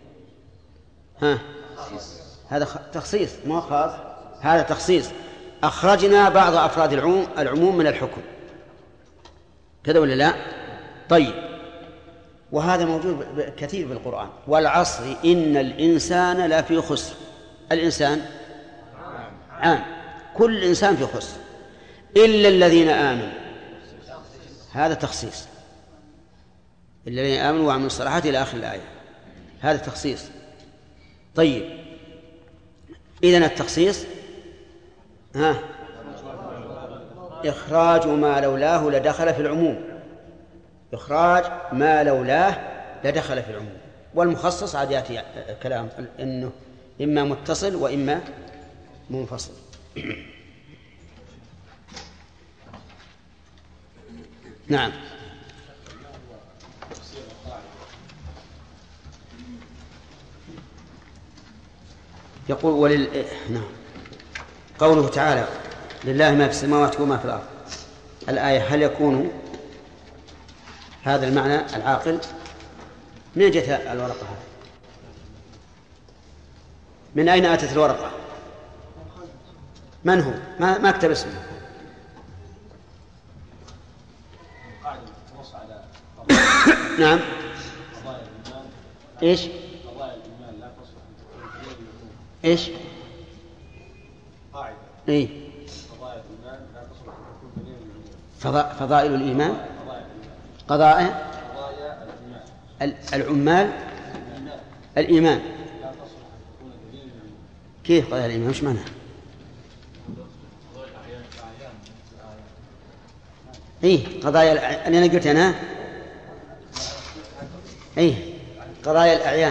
هذا تخصيص ما خاص، هذا تخصيص. أخرجنا بعض أفراد العموم من الحكم، كذا ولا لا؟ طيب، وهذا موجود كثير في القرآن. والعصر إن الإنسان لفي خسر. الإنسان عام، كل إنسان في خسر إلا الذين آمنوا، هذا تخصيص. الذين آمنوا وعملوا الصالحات إلى آخر الآية، هذا تخصيص. طيب، إذن التخصيص إخراج ما لولاه لدخل في العموم، إخراج ما لولاه لدخل في العموم. والمخصص عاد يأتي كلام إنه إما متصل وإما منفصل. نعم. يقول نعم. قوله تعالى لله ما في السماوات وما في الأرض، الآية هل يكون هذا المعنى العاقل؟ من جت الورقة هذه؟ من أين أتت الورقة؟ من هو؟ ما اكتب اسمه. نعم. إيش؟ إيش؟ إيه؟ فضائل الإيمان قضاء العمال الإيمان. كيف قضايا الإيمان؟ وش معنى؟ إيه قضايا أنا قلت أنا إيه قضايا الأعيان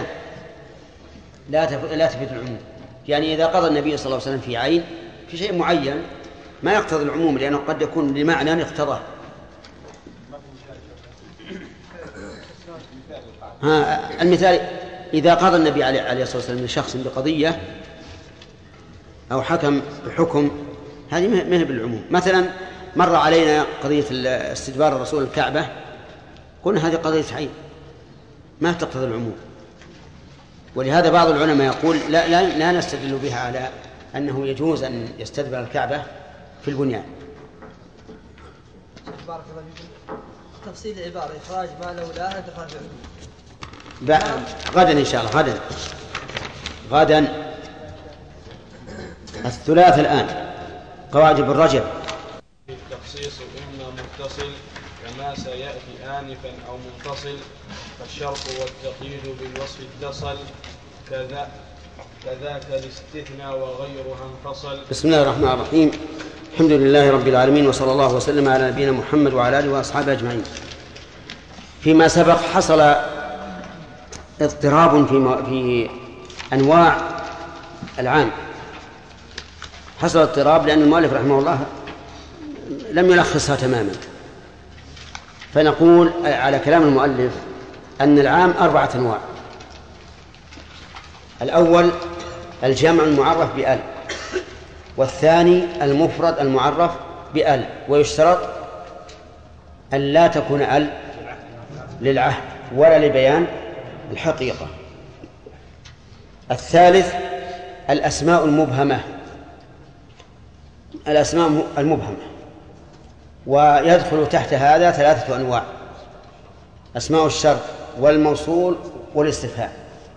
لا تفيد العموم. يعني إذا قضى النبي صلى الله عليه وسلم في عين في شيء معين ما يقتضي العموم، لأنه قد يكون لمعنى يقتضاه. المثال إذا قضى النبي عليه الصلاة والسلام لشخص بقضية أو حكم بحكم، هذه ما هي بالعموم. مثلا مر علينا قضية استدبار الرسول الكعبة، قلنا هذه قضية عين ما تقتضي العموم، ولهذا بعض العلماء يقول لا نستدل بها على أنه يجوز أن يستدبر الكعبة في البنيان. بارك الله فيكم. تفصيل العبارة إخراج ما لولاها دخل في العموم. غدا إن شاء الله، غدا الثلاث الآن قواعد ابن رجب. التخصيص إما متصل كما سيأتي آنفا أو منفصل، فالشرط والتقييد بالوصف اتصل، كذاك الاستثناء وغيرها انفصل. بسم الله الرحمن الرحيم. الحمد لله رب العالمين، وصلى الله وسلم على نبينا محمد وعلى آله وأصحابه أجمعين. فيما سبق حصل اضطراب في أنواع العام، حصل اضطراب لأن المؤلف رحمه الله لم يلخصها تماما، فنقول على كلام المؤلف أن العام 4 أنواع. الأول الجمع المعرف بأل، والثاني المفرد المعرف بأل، ويشترط أن لا تكون أل للعهد ولا لبيان الحقيقة. الثالث الأسماء المبهمة، الأسماء المبهمة، ويدخل تحت هذا 3 أنواع: أسماء الشرط والموصول والاستفهام.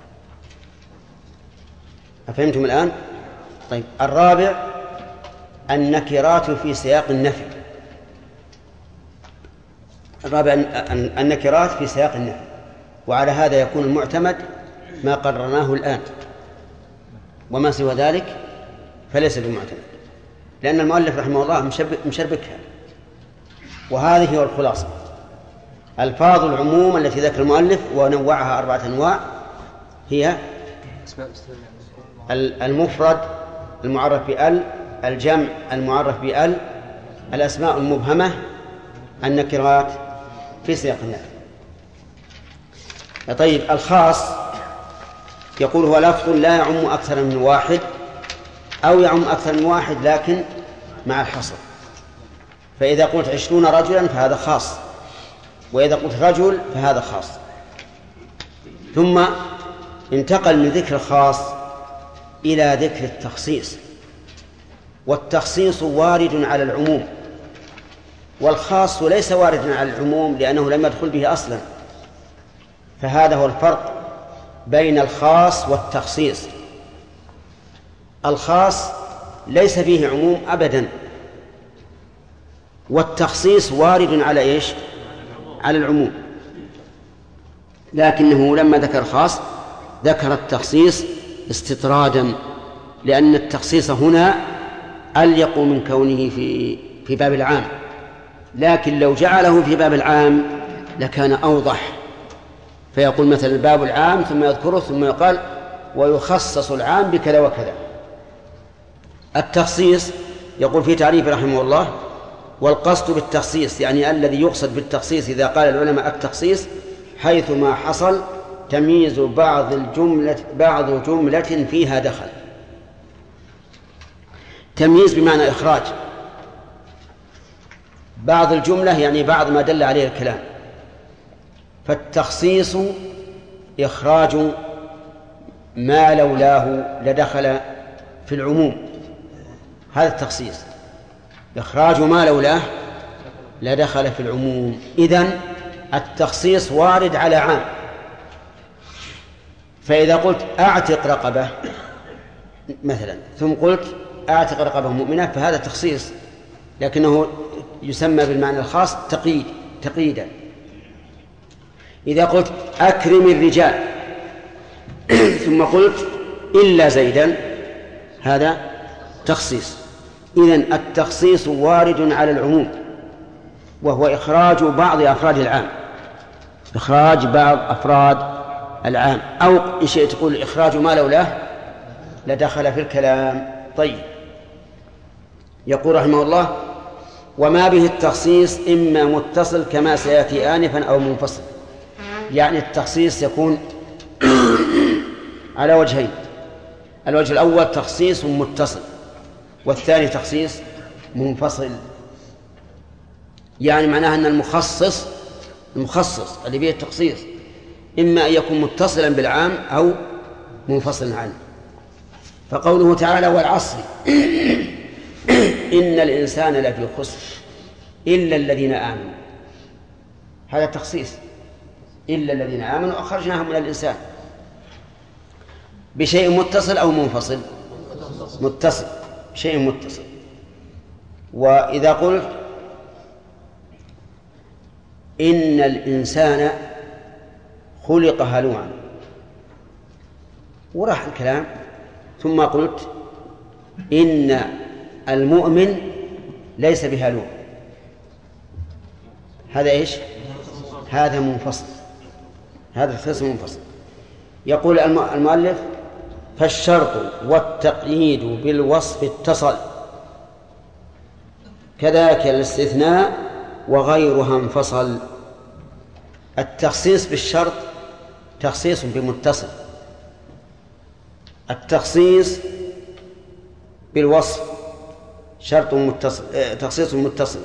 أفهمتم الآن؟ طيب. الرابع النكرات في سياق النفي. النكرات في سياق النفي، وعلى هذا يكون المعتمد ما قررناه الآن، وما سوى ذلك فليس بمعتمد، لأن المؤلف رحمه الله مشربكها. وهذه هي الخلاصة: ألفاظ العموم التي ذكر المؤلف ونوعها 4 أنواع هي المفرد المعرف بأل، الجمع المعرف بأل، الأسماء المبهمة، النكرات في سياق النفي. طيب. الخاص يقول هو لفظ لا يعم أكثر من واحد أو يعم أكثر من واحد لكن مع الحصر. فإذا قلت 20 رجلا فهذا خاص، وإذا قلت رجل فهذا خاص. ثم انتقل من ذكر الخاص إلى ذكر التخصيص، والتخصيص وارد على العموم، والخاص ليس واردا على العموم لأنه لم يدخل به أصلا. فهذا هو الفرق بين الخاص والتخصيص. الخاص ليس فيه عموم أبدا، والتخصيص وارد على إيش؟ على العموم، لكنه لما ذكر خاص ذكر التخصيص استطرادا، لأن التخصيص هنا أليق من كونه في باب العام، لكن لو جعله في باب العام لكان أوضح. فيقول مثلا باب العام ثم يذكره ثم يقال ويخصص العام بكذا وكذا. التخصيص يقول في تعريف رحمه الله: والقصد بالتخصيص، يعني الذي يقصد بالتخصيص إذا قال العلماء التخصيص حيث ما حصل تمييز بعض جملة فيها دخل. تمييز بمعنى إخراج بعض الجملة، يعني بعض ما دل عليه الكلام. فالتخصيص إخراج ما لولاه لدخل في العموم، هذا التخصيص، إخراج ما لولاه لدخل في العموم. إذن التخصيص وارد على عام. فإذا قلت أعتق رقبة مثلا ثم قلت أعتق رقبة مؤمنة فهذا تخصيص، لكنه يسمى بالمعنى الخاص تقييدا. إذا قلت أكرم الرجال ثم قلت إلا زيدا هذا تخصيص. إذن التخصيص وارد على العموم، وهو إخراج بعض أفراد العام، إخراج بعض أفراد العام، أو إن شئت تقول إخراج ما لولاه لدخل في الكلام. طيب، يقول رحمه الله: وما به التخصيص إما متصل كما سيأتي آنفا أو منفصل. يعني التخصيص يكون على وجهين: الوجه الأول تخصيص متصل، والثاني تخصيص منفصل. يعني معناها أن المخصص اللي به التخصيص إما أن يكون متصلا بالعام أو منفصلا عنه. فقوله تعالى: والعصر إن الإنسان لفي خسر إلا الذين آمنوا، هذا تخصيص، إلا الذين آمنوا أخرجناهم من الإنسان. بشيء متصل أو منفصل؟ متصل، شيء متصل. وإذا قلت إن الإنسان خلق هلوعا وراح الكلام، ثم قلت إن المؤمن ليس بهلوع، هذا إيش؟ هذا منفصل، هذا تخصيص منفصل. يقول المؤلف: فالشرط والتقييد بالوصف اتصل، كذاك الاستثناء وغيرها انفصل. التخصيص بالشرط تخصيص بمتصل، التخصيص بالوصف شرط متصل، تخصيص متصل،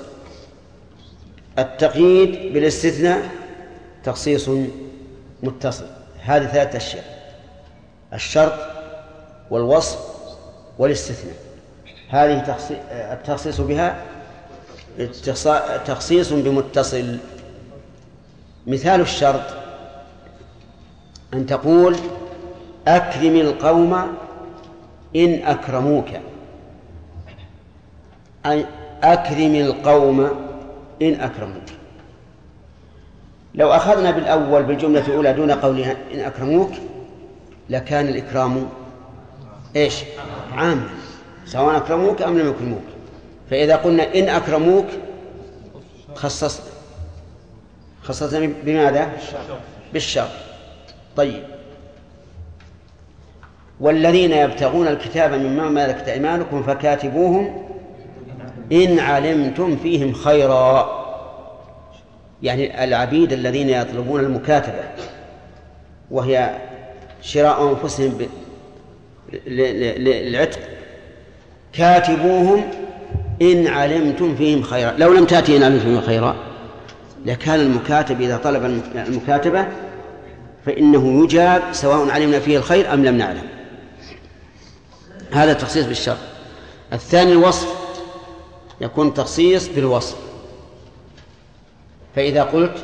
التقييد بالاستثناء تخصيص متصل. هذه ثلاثة أشياء: الشرط والوصف والاستثناء. هذه التخصيص بها تخصيص بمتصل. مثال الشرط أن تقول: أكرم القوم إن أكرموك، أي أكرم القوم إن أكرموك. لو أخذنا بالأول بالجملة الأولى دون قولها إن أكرموك لكان الإكرام إيش؟ عام، سواء أكرموك أم لم يكرموك. فإذا قلنا إن أكرموك خصصنا بماذا؟ بالشرط. طيب، والذين يبتغون الكتاب مما ملكت أيمانكم فكاتبوهم إن علمتم فيهم خيرا، يعني العبيد الذين يطلبون المكاتبة وهي شراء أنفسهم للعتق، كاتبوهم إن علمتم فيهم خيرا. لو لم تأتي إن علمتم فيهم خيرا لكان المكاتب إذا طلب المكاتبة فإنه يجاب سواء علمنا فيه الخير أم لم نعلم. هذا تخصيص بالشرط. الثاني الوصف، يكون تخصيص بالوصف. فإذا قلت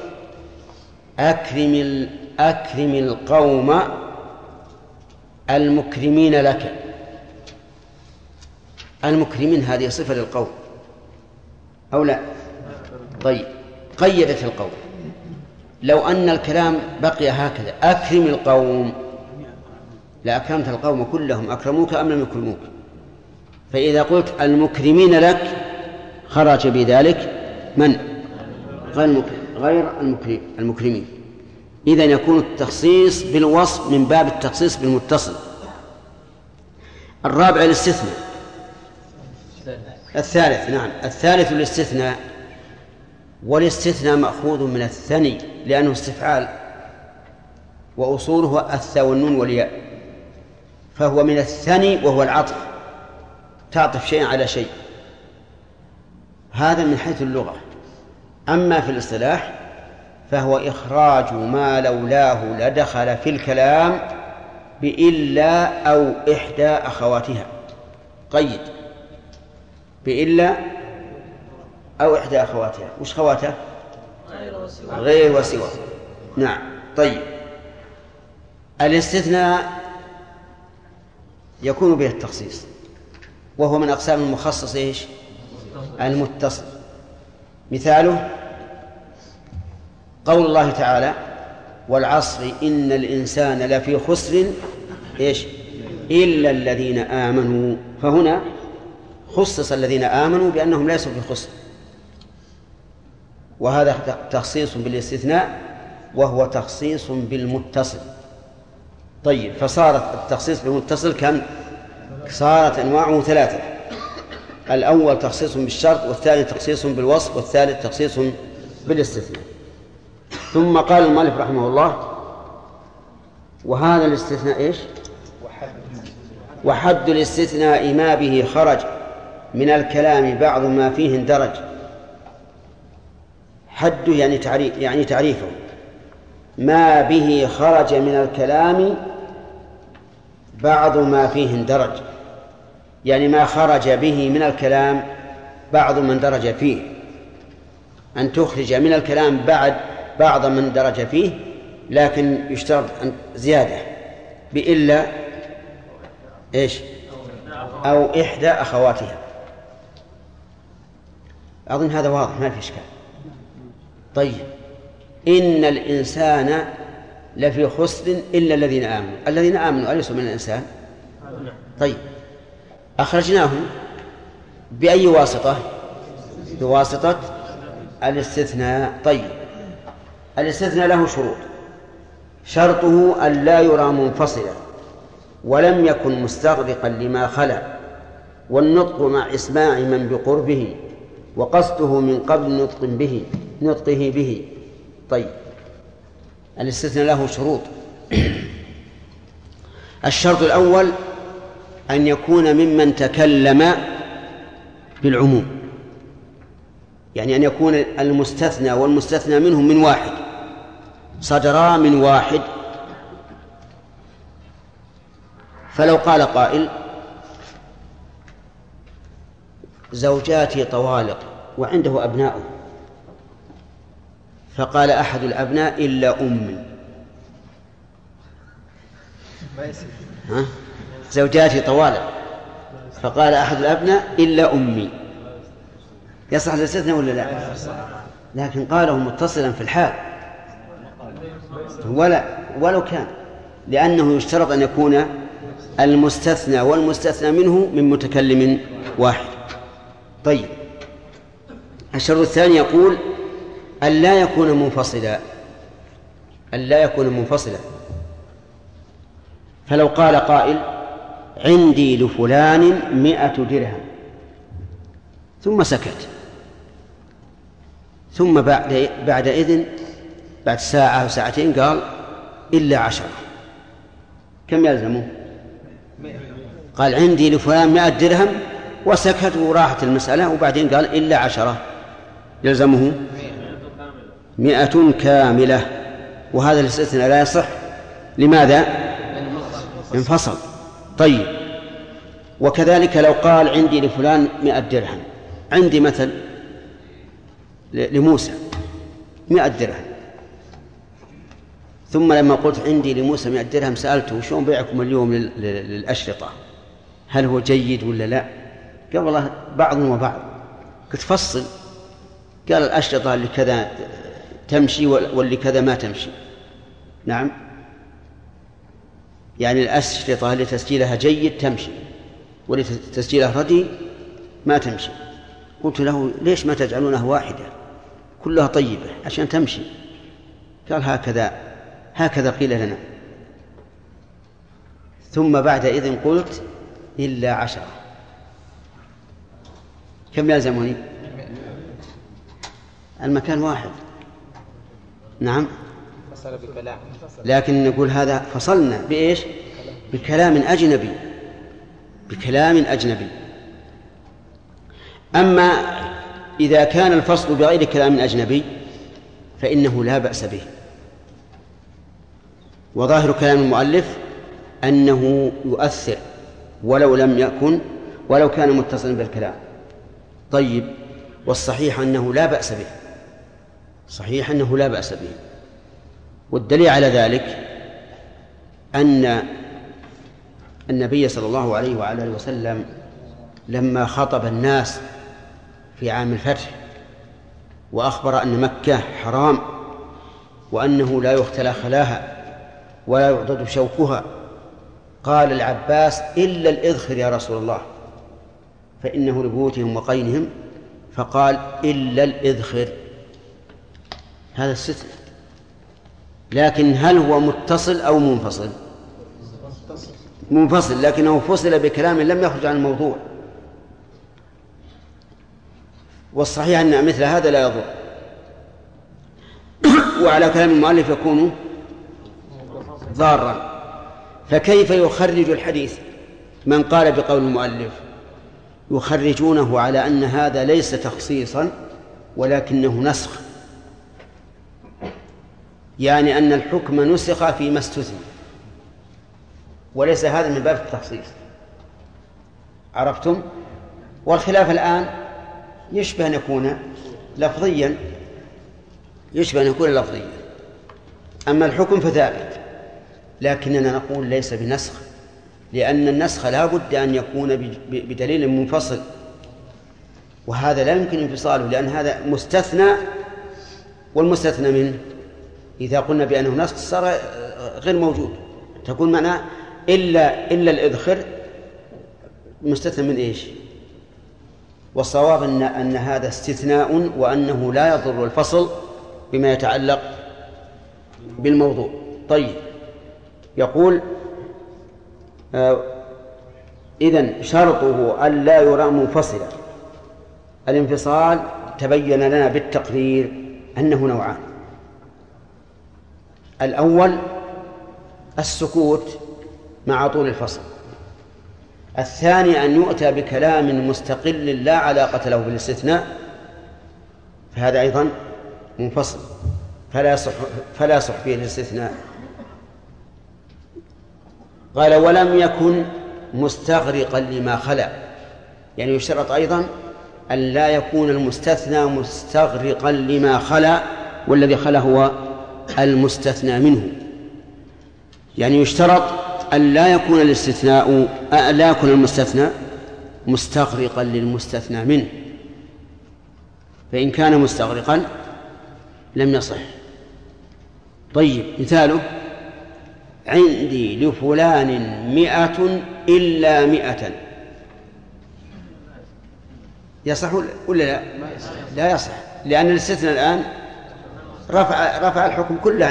أكرم القوم المكرمين لك، المكرمين هذه صفة للقوم أو لا؟ طيب، قيدت القوم. لو أن الكلام بقي هكذا: أكرم القوم، لأكرمت القوم كلهم، أكرموك أم لم يكرموك. فإذا قلت المكرمين لك خرج بذلك من؟ غير المكرمين. إذن يكون التخصيص بالوصف من باب التخصيص بالمتصل. الرابع الاستثناء. الثالث، نعم، الثالث الاستثناء. والاستثناء مأخوذ من الثني لأنه استفعال، وأصوله الثاء والنون والياء، فهو من الثني وهو العطف، تعطف شيء على شيء. هذا من حيث اللغة. أما في الاصطلاح فهو إخراج ما لولاه لدخل في الكلام بإلا أو إحدى أخواتها. قيد بإلا أو إحدى أخواتها. وش خواتها؟ غير وسوى. نعم. طيب، الاستثناء يكون به التخصيص، وهو من أقسام المخصص إيش؟ المتصل. مثاله قول الله تعالى: والعصر إن الإنسان لفي خسر إيش؟ إلا الذين آمنوا. فهنا خصص الذين آمنوا بأنهم ليسوا في خسر، وهذا تخصيص بالاستثناء وهو تخصيص بالمتصل. طيب، فصارت التخصيص بالمتصل كم؟ صارت أنواعه ثلاثة: الأول تخصيص بالشرط، والثاني تخصيص بالوصف، والثالث تخصيص بالاستثناء. ثم قال المؤلف رحمه الله: وهذا الاستثناء إيش؟ وحد الاستثناء ما به خرج من الكلام بعض ما فيه اندرج. حده يعني تعريفه، ما به خرج من الكلام بعض ما فيه اندرج، يعني ما خرج به من الكلام بعض ما اندرج فيه. أن تخرج من الكلام بعض من اندرج فيه، لكن يشترط زيادة بإلا إيش؟ أو إحدى أخواتها. أظن هذا واضح، ما في إشكال. طيب، إن الإنسان لفي خسر إلا الذين آمنوا. الذين آمنوا أليسوا من الإنسان؟ طيب، أخرجناهم بأي واسطة؟ بواسطة الاستثناء. طيب، الاستثناء له شروط: شرطه أن لا يرى منفصلا، ولم يكن مستغرقا لما خلا، والنطق مع إسماع من بقربه، وقصده من قبل نطقه به. طيب، الاستثناء له شروط. الشرط الأول أن يكون ممن تكلم بالعموم، يعني أن يكون المستثنى والمستثنى منهم من واحد، صدرا من واحد. فلو قال قائل: زوجاتي طوالق، وعنده أبناء، فقال أحد الأبناء: إلا أمي. زوجاتي طوالق، فقال أحد الأبناء: إلا أمي. يصح الاستثناء ولا لا؟ لكن قاله متصلا في الحال ولو كان، لأنه يشترط أن يكون المستثنى والمستثنى منه من متكلم واحد. طيب، الشرط الثاني يقول أن لا يكون منفصلا. فلو قال قائل: عندي لفلان 100 درهم، ثم سكت، ثم بعد ساعة أو ساعتين قال: إلا 10، كم يلزمه؟ قال: عندي لفلان 100 درهم، وسكت وراحت المسألة، وبعدين قال: إلا 10، يلزمه 100 كاملة. وهذا الاستثناء لا يصح. لماذا؟ انفصل. طيب، وكذلك لو قال: عندي لفلان 100 درهم، عندي مثل لموسى 100 درهم، ثم لما قلت عندي لموسى 100 درهم سألته: شلون بيعكم اليوم للأشرطة؟ هل هو جيد ولا لا؟ قال: والله بعض وبعض. قلت: فصل. قال: الأشرطة اللي كذا تمشي واللي كذا ما تمشي. نعم، يعني الأشرطة اللي تسجيلها جيد تمشي، واللي تسجيلها رديء ما تمشي. قلت له: ليش ما تجعلونها واحدة كلها طيبة عشان تمشي؟ قال: هكذا قيل لنا. ثم بعد إذن قلت: إلا 10، كم يلزمني؟ المكان واحد. نعم، لكن نقول هذا فصلنا بإيش؟ بكلام أجنبي. أما إذا كان الفصل بغير كلام أجنبي فإنه لا بأس به. وظاهر كلام المؤلف أنه يؤثر ولو كان متصلا بالكلام. طيب، والصحيح أنه لا بأس به، صحيح أنه لا بأس به. والدليل على ذلك أن النبي صلى الله عليه وعلى آله وسلم لما خطب الناس في عام الفتح وأخبر أن مكة حرام وأنه لا يختلى خلاها ولا يعضد شوكها، قال العباس: إلا الإذخر يا رسول الله، فإنه لبيوتهم وقينهم، فقال: إلا الإذخر. هذا استثناء، لكن هل هو متصل أو منفصل؟ منفصل، لكنه فصل بكلام لم يخرج عن الموضوع. والصحيح أن مثل هذا لا يضر، وعلى كلام المؤلف يكون ضارا. فكيف يخرج الحديث من قال بقول المؤلف؟ يخرجونه على أن هذا ليس تخصيصا ولكنه نسخ، يعني أن الحكم نسخ فيما استثنى، وليس هذا من باب التخصيص. عرفتم؟ والخلاف الآن يشبه أن يكون لفظيا، أما الحكم فثابت، لكننا نقول ليس بنسخ، لأن النسخ لا بد أن يكون بدليل منفصل، وهذا لا يمكن انفصاله، لأن هذا مستثنى، والمستثنى منه إذا قلنا بأنه نسخ صار غير موجود. تكون معناه إلا الإذخر مستثنى من إيش؟ والصواب أن هذا استثناء، وأنه لا يضر الفصل بما يتعلق بالموضوع. طيب، يقول: إذن شرطه أن لا يرى منفصلا. الانفصال تبين لنا بالتقرير أنه نوعان: الأول السكوت مع طول الفصل، الثاني أن يؤتى بكلام مستقل لا علاقة له بالاستثناء، فهذا أيضا منفصل فلا يصح فيه الاستثناء. قال: ولم يكن مستغرقا لما خلا، يعني يشترط أيضا أن لا يكون المستثنى مستغرقا لما خلا، والذي خلا هو المستثنى منه. يعني يشترط أن لا يكون المستثنى مستغرقا للمستثنى منه، فإن كان مستغرقا لم يصح. طيب، مثاله: عندي لفلان 100 إلا 100. يصح ولا لا؟ لا يصح، لأن الاستثناء الآن رفع الحكم كله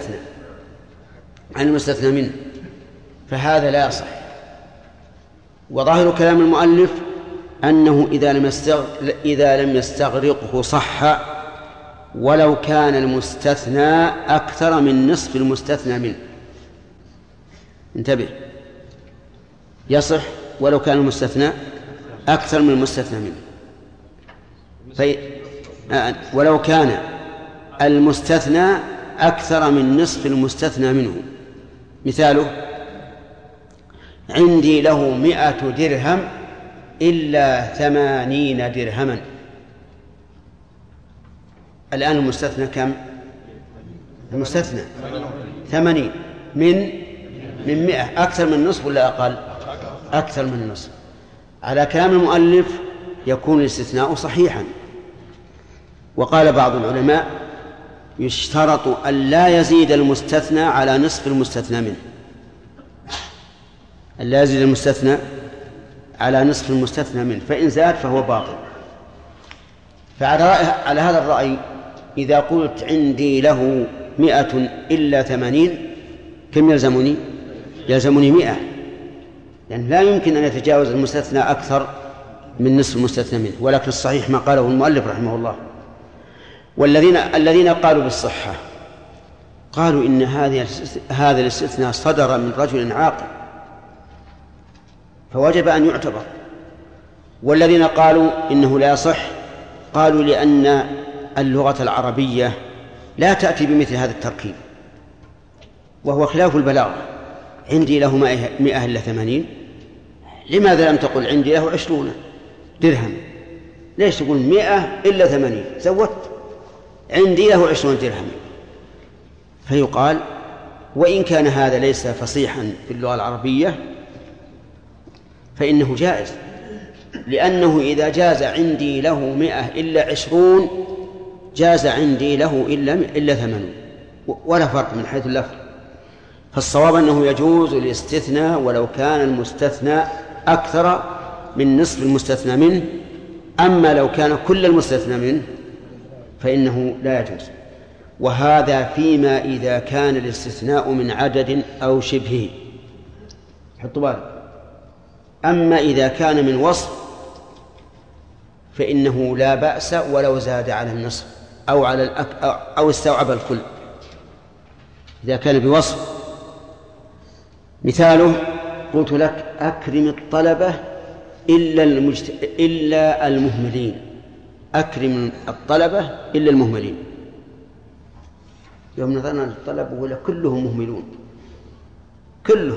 عن المستثنى منه، فهذا لا يصح. وظاهر كلام المؤلف أنه إذا لم يستغرقه صح، ولو كان المستثنى أكثر من نصف المستثنى منه. انتبه، يصح ولو كان المستثنى أكثر من المستثنى منه. ولو كان المستثنى أكثر من نصف المستثنى منه. مثاله: عندي له 100 درهم إلا 80 درهما. الآن المستثنى كم؟ المستثنى 80 من 100، أكثر من النصف ولا أقل؟ أكثر من النصف. على كلام المؤلف يكون الاستثناء صحيحا. وقال بعض العلماء: يشترط أن لا يزيد المستثنى على نصف المستثنى منه، أن لا يزيد المستثنى على نصف المستثنى منه، فإن زاد فهو باطل. فعلى هذا الرأي إذا قلت عندي له 100 إلا 80، كم يلزمني؟ يلزمني 100، يعني لا يمكن أن يتجاوز المستثنى أكثر من نصف المستثنى منه. ولكن الصحيح ما قاله المؤلف رحمه الله. الذين قالوا بالصحة قالوا إن هذا الاستثناء صدر من رجل عاقل فوجب أن يعتبر. والذين قالوا إنه لا يصح قالوا لأن اللغة العربية لا تأتي بمثل هذا التركيب، وهو خلاف البلاغة. عندي له 100 إلا 80، لماذا لم تقل عندي له 20 درهم؟ ليش تقول 100 إلا 80؟ زودت. عندي له 20 درهم، فيقال وإن كان هذا ليس فصيحا في اللغة العربية فإنه جائز، لأنه إذا جاز عندي له 100 إلا 20 جاز عندي له إلا 80، ولا فرق من حيث اللفظ. فالصواب أنه يجوز الاستثناء ولو كان المستثنى أكثر من نصف المستثنى منه. أما لو كان كل المستثنى منه فإنه لا يجوز. وهذا فيما إذا كان الاستثناء من عدد أو شبهه، حطوا بالك. أما إذا كان من وصف فإنه لا بأس ولو زاد على النصف أو استوعب الكل إذا كان بوصف. مثاله قلت لك أكرم الطلبة إلا المهملين، أكرم الطلبة إلا المهملين. يوم نظرنا للطلب ولا كلهم مهملون كلهم.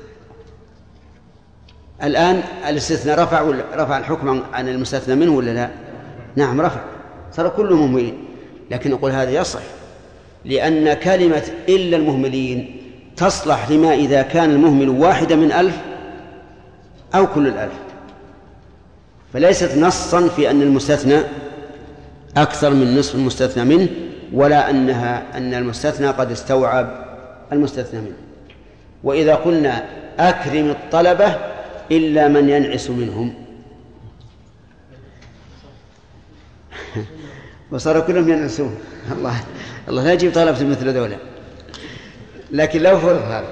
الآن الاستثناء رفع الحكم عن المستثنى منه ولا لا؟ نعم رفع، صار كلهم مهملين. لكن نقول هذا يصح، لأن كلمة إلا المهملين تصلح لما إذا كان المهمل 1 من 1000 أو كل 1000، فليست نصا في أن المستثنى أكثر من نصف المستثنى منه، ولا أن المستثنى قد استوعب المستثنى منه. وإذا قلنا أكرم الطلبة إلا من ينعس منهم وصار كلهم ينعسون، الله لا يجيب طلبة مثل ذولا. لكن لو فرض هذا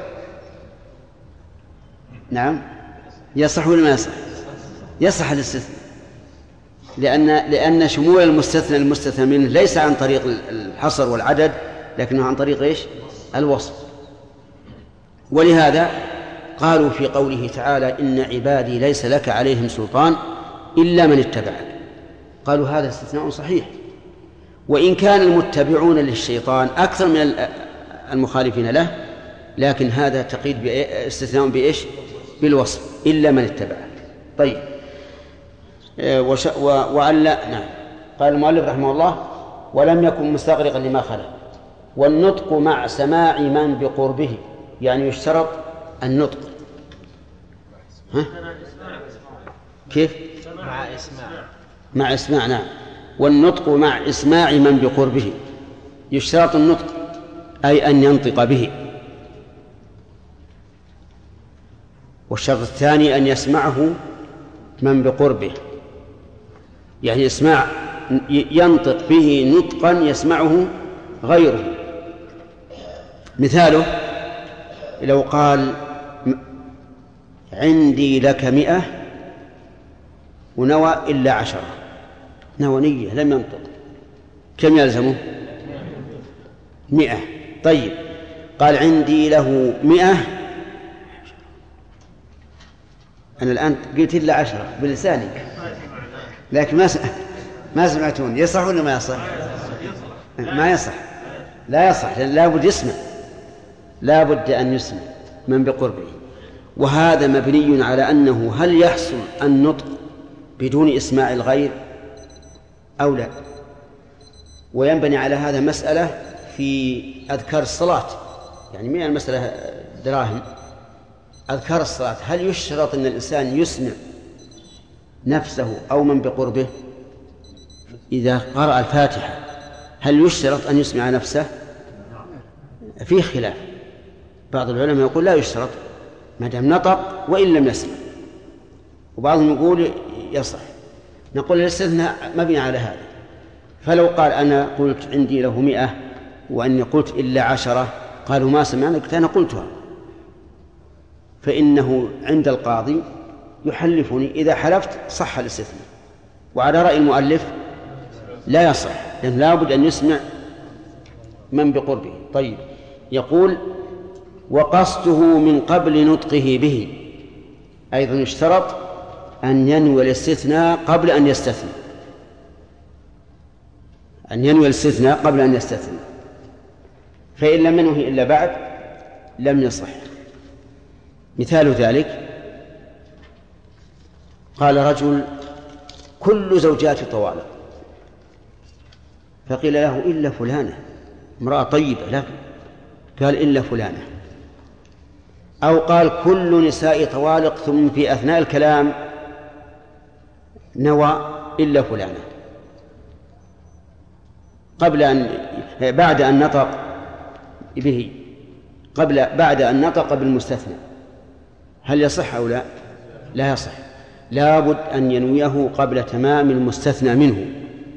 نعم يصح ولا ما يصح؟ يصح الاستثناء، لأن شمول المستثنى منه ليس عن طريق الحصر والعدد، لكنه عن طريق إيش؟ الوصف. ولهذا قالوا في قوله تعالى إن عبادي ليس لك عليهم سلطان إلا من اتبعك، قالوا هذا استثناء صحيح، وإن كان المتبعون للشيطان أكثر من المخالفين له، لكن هذا تقييد استثناء بإيش؟ بالوصف، إلا من اتبعك. طيب وعلّ نعم. قال المؤلف رحمه الله ولم يكن مستغرقا لما خلا. والنطق مع سماع من بقربه، يعني يشترط النطق. ها؟ كيف؟ مع إسماع نعم. والنطق مع إسماع من بقربه، يشترط النطق أي أن ينطق به. والشرط الثاني أن يسمعه من بقربه، يعني ينطق به نطقا يسمعه غيره. مثاله لو قال عندي لك 100 ونوى إلا 10، نوى نية لم ينطق، كم يلزمه؟ 100. طيب قال عندي له 100، أنا الآن قلت إلا 10 بلساني لكن ما سمعتون. يصح ولا ما يصح؟ ما يصح، لا يصح، لأن لا بد يسمع، لا بد أن يسمع من بقربه. وهذا مبني على أنه هل يحصل النطق بدون إسماع الغير أو لا. وينبني على هذا مسألة في أذكار الصلاة، يعني من المسألة دراهم. أذكار الصلاة هل يشترط أن الإنسان يسمع نفسه أو من بقربه؟ إذا قرأ الفاتحة هل يشترط أن يسمع نفسه؟ فيه خلاف. بعض العلماء يقول لا يشترط ما دام نطق وإن لم يسمع، وبعضهم يقول يصح. نقول الاستثناء مبني على هذا. فلو قال أنا قلت عندي له 100 وأني قلت إلا 10، قالوا ما سمعنا، قلت أنا قلتها، فإنه عند القاضي يحلفني، إذا حلفت صح الاستثناء. وعلى رأي المؤلف لا يصح، لأن لا بد أن يسمع من بقربه. طيب يقول وقصده من قبل نطقه به، أيضا يشترط أن ينوي الاستثناء قبل أن يستثني، أن ينوي الاستثناء قبل أن يستثني، فإن لم ينوه إلا بعد لم يصح. مثال ذلك قال رجل كل زوجاتي طوال، فقيل له إلا فلانة امرأة طيبة، لا قال إلا فلانة. أو قال كل نساء طوالق ثم في أثناء الكلام نوى إلا فلانة بعد أن نطق به بعد أن نطق بالمستثنى. هل يصح أو لا؟ لا يصح، لابد أن ينويه قبل تمام المستثنى منه.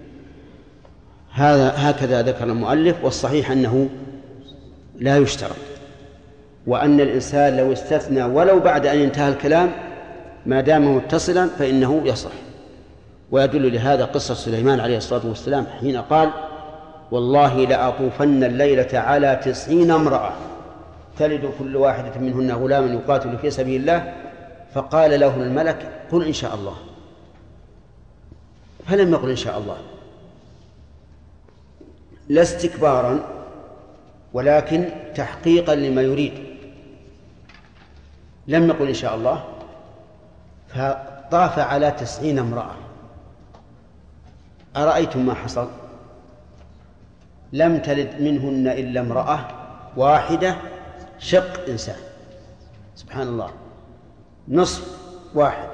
هكذا ذكر المؤلف، والصحيح أنه لا يشترط، وأن الإنسان لو استثنى ولو بعد أن انتهى الكلام ما دام متصلا فإنه يصح. ويدل لهذا قصة سليمان عليه الصلاة والسلام حين قال والله لأطوفن الليلة على 90 امرأة تلد كل واحدة منهن غلاما يقاتل في سبيل الله، فقال له الملك قل إن شاء الله، فلم يقل إن شاء الله، لا استكبارا ولكن تحقيقا لما يريد، لم يقل إن شاء الله، فطاف على 90 امرأة. أرأيتم ما حصل؟ لم تلد منهن إلا امرأة واحدة شق إنسان، سبحان الله، نصف واحد،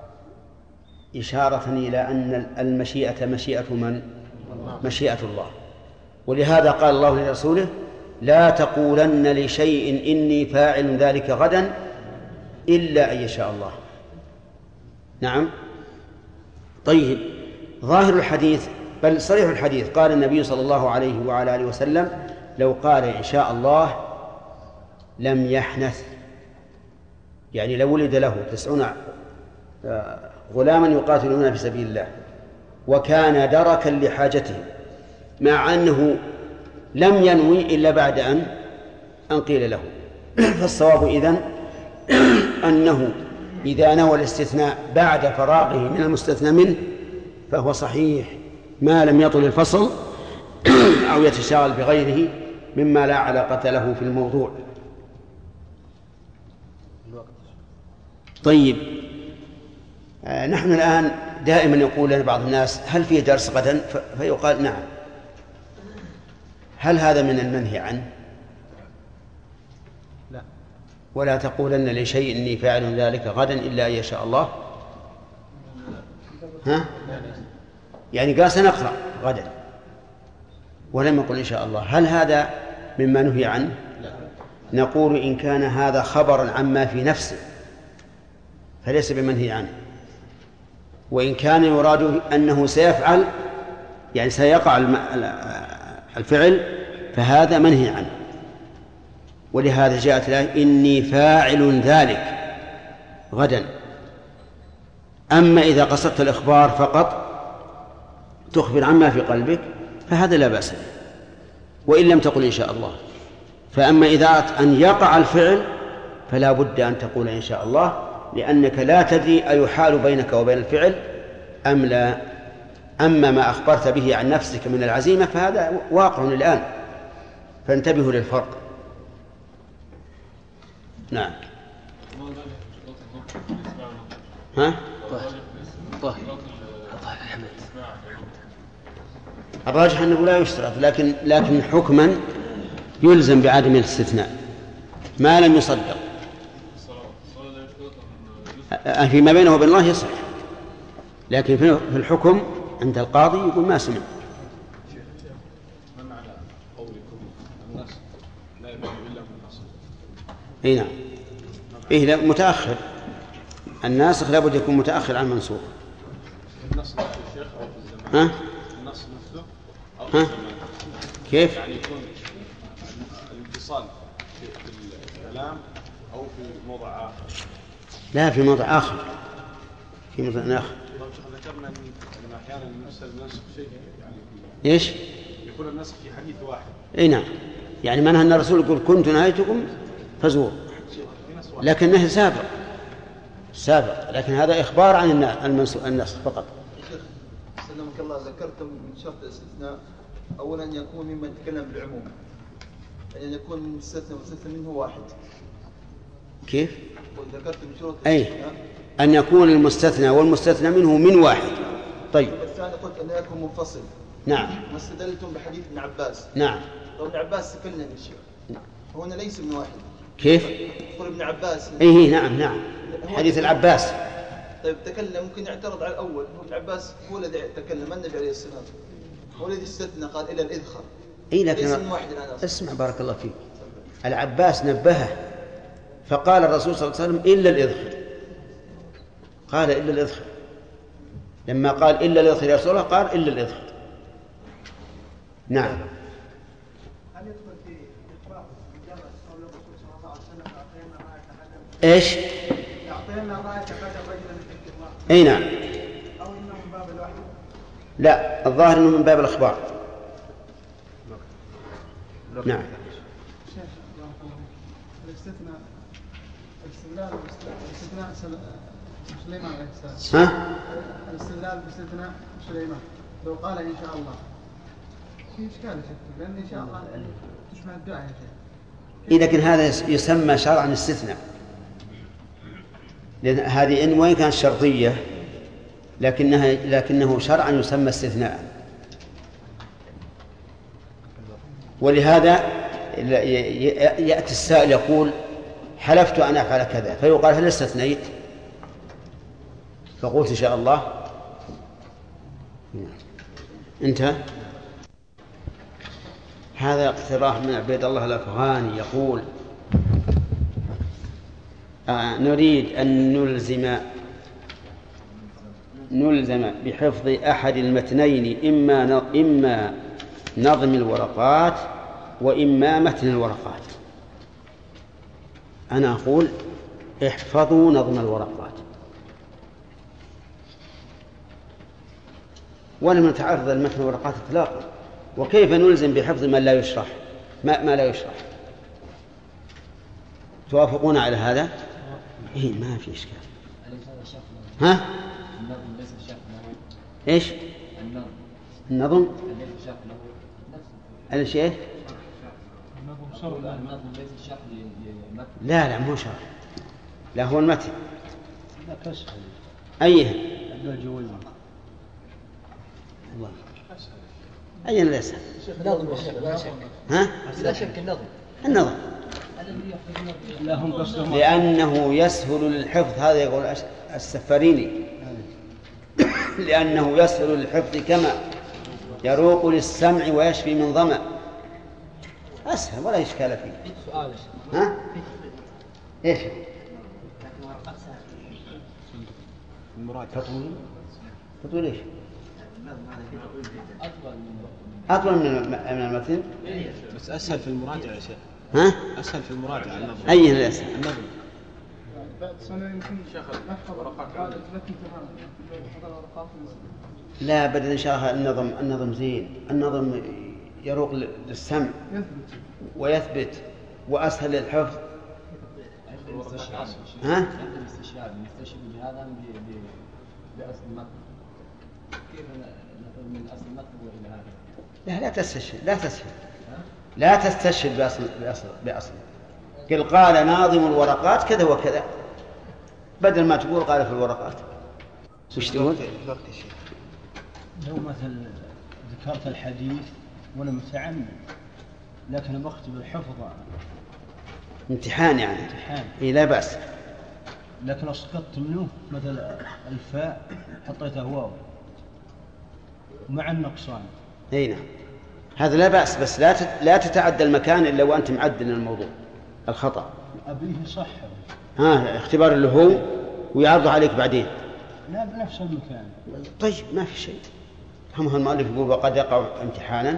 إشارة إلى أن المشيئة مشيئة من؟ مشيئة الله. ولهذا قال الله لرسوله لا تقولن لشيء إني فاعل ذلك غدا إلا أن يشاء الله. نعم. طيب، ظاهر الحديث بل صريح الحديث قال النبي صلى الله عليه وعلى آله وسلم لو قال إن شاء الله لم يحنث، يعني لو ولد له 90 غلاما يقاتلون في سبيل الله وكان دركا لحاجته، مع أنه لم ينوي إلا بعد أن قيل له. فالصواب إذن أنه إذا نوى الاستثناء بعد فراغه من المستثنى منه فهو صحيح ما لم يطل الفصل أو يتشاغل بغيره مما لا علاقة له في الموضوع. طيب، نحن الآن دائما يقول لنا بعض الناس هل فيه درس غدا؟ فيقال نعم. هل هذا من المنهي عنه؟ لا. ولا تقولن لشيء إني فاعل ذلك غدا إلا أن يشاء الله. ها؟ يعني قال سنقرأ غدا ولم يقل إن شاء الله، هل هذا مما نهي عنه؟ لا. نقول إن كان هذا خبرا عما في نفسه فليس بمنهي عنه، وإن كان يراد أنه سيفعل يعني سيقع الفعل فهذا منهي عنه. ولهذا جاءت الآية إني فاعل ذلك غدا. أما إذا قصدت الإخبار فقط تخبر عما في قلبك فهذا لا بأس به وإن لم تقل إن شاء الله. فأما إذا أن يقع الفعل فلا بد أن تقول إن شاء الله، لأنك لا تدري أيحال بينك وبين الفعل أم لا. أما ما أخبرت به عن نفسك من العزيمة فهذا واقع الآن، فانتبهوا للفرق. نعم. ها؟ الراجح أنه لا يشترط، لكن حكما يلزم بعدم الاستثناء ما لم يصدق. فيما بينه وبين الله يصح، لكن في الحكم عند القاضي يقول ما سمع. ما معنى قولكم النص لا يبين إلا من النص؟ اي نعم، إيه متأخر، الناسخ لابد يكون متأخر عن المنسوخ. النص نفسه الشيخ أو في الزمان؟ النص نفسه أو في الزمان؟ كيف؟ يعني يكون الانفصال في الكلام أو في موضع آخر؟ لا، في موضع آخر، في موضع آخر. ذكرنا أن أحيانا النسخ شيء يعني إيش؟ يكون النسخ في حديث واحد. إيه نعم، يعني معنى أن الرسول يقول كنت نهيتكم فزوروا، لكن نهي سابق، لكن هذا إخبار عن النسخ فقط. سلمك الله، ذكرتم من شرط الاستثناء أولا يكون ممن يتكلم بالعموم، يعني يكون مستثنى منه واحد. كيف؟ وذكرت من شروط أي أن يكون المستثنى والمستثنى منه من واحد. طيب. الثاني قلت أن يكون منفصل، نعم. واستدلتم بحديث ابن عباس. نعم. طيب ابن عباس تكلم الشيخ هنا ليس من واحد. كيف؟ يقول ابن عباس. إيه نعم حديث العباس. طيب تكلم ممكن يعترض على الأول. هو ابن عباس هو الذي تكلم النبي عليه الصلاة والسلام هو الذي استثنى قال إلى الإذخر. إيه لكن ليس من واحد الآن. اسمع بارك الله فيك. العباس فقال الرسول صلى الله عليه وسلم إلا الإذخر. قال إلا الإذخر. لما قال إلا الإذخر يا رسول الله قال إلا الإذخر. نعم. هل يدخل في إخبار مجرد قول الرسول صلى الله عليه وسلم أعطينا ما يتقدم؟ إيش؟ أعطينا ما يتقدم رجلا في الإخبار. أي نعم. أو إنه من باب الوحي؟ لا الظاهر إنه من باب الأخبار. نعم. شيخ الاستثناء سليمان عليه السلام. ها؟ الاستدلال باستثناء سليمان لو قال إن شاء الله في إشكال يا شيخ لأن إن شاء الله تشمع الدعاء يا شيخ. إيه لكن هذا يسمى شرعا استثناء. لأن هذه إن وين كانت شرطية لكنه شرعا يسمى استثناء. ولهذا يأتي السائل يقول حلفت أن أفعل كذا فيقال هل استثنيت؟ فقلت إن شاء الله. انتهى. هذا اقتراح من عبيد الله الأفغاني يقول نريد أن نلزم بحفظ أحد المتنين إما نظم الورقات وإما متن الورقات. أنا أقول احفظوا نظم الورقات ولم نتعرض لمتن الورقات إطلاقا. وكيف نلزم بحفظ ما لا يشرح ما لا يشرح؟ توافقون على هذا؟ إيه ما في إشكال. ها؟ النظم ليس الشرح له. إيش؟ النظم ليس الشرح له. الشيء؟ النظم ليس الشرح للمتن. لا مو شرح. لا هو المتن. لا كسر. أيه؟ الجويني. الله. أين الأسهل؟ النظم يا شيخ لا شك. ها؟ لا شك النظم. لأنه يسهل للحفظ. هذا يقول السفاريني لأنه يسهل للحفظ كما يروق للسمع ويشفي من ظمأ. أسهل ولا إشكال فيه. سؤال ها؟ إيش؟ المراد تطويل إيش؟ أطول من المتن. بس أسهل في المراجعة يا شيخ. ها؟ أسهل في المراجعة النظم. أي الأسهل؟ النظم. لا بدل إن شاء الله النظم زين. النظم يروق للسمع ويثبت وأسهل للحفظ. ها؟ نستشهد بهذا بأصل المتن. كيف من أصل المتن وإلى هذا؟ لا تستشهد بأصل. قال ناظم الورقات كذا وكذا بدل ما تقول قال في الورقات. وش تقول؟ لو مثل ذكرت الحديث وأنا متعمد لكن بختبر الحفظ امتحان يعني. امتحان. إيه لا بأس. لكن أسقطت منه مثل الفاء حطيته واو مع النقصان. اي نعم هذا لا بأس بس لا تتعدى المكان إلا وأنت معدل الموضوع الخطأ. أبيه صح. اختبار اللي هو ويعرضه عليك بعدين. لا بنفس المكان. طيب ما في شيء. هم المؤلف يقول وقد يقع امتحانا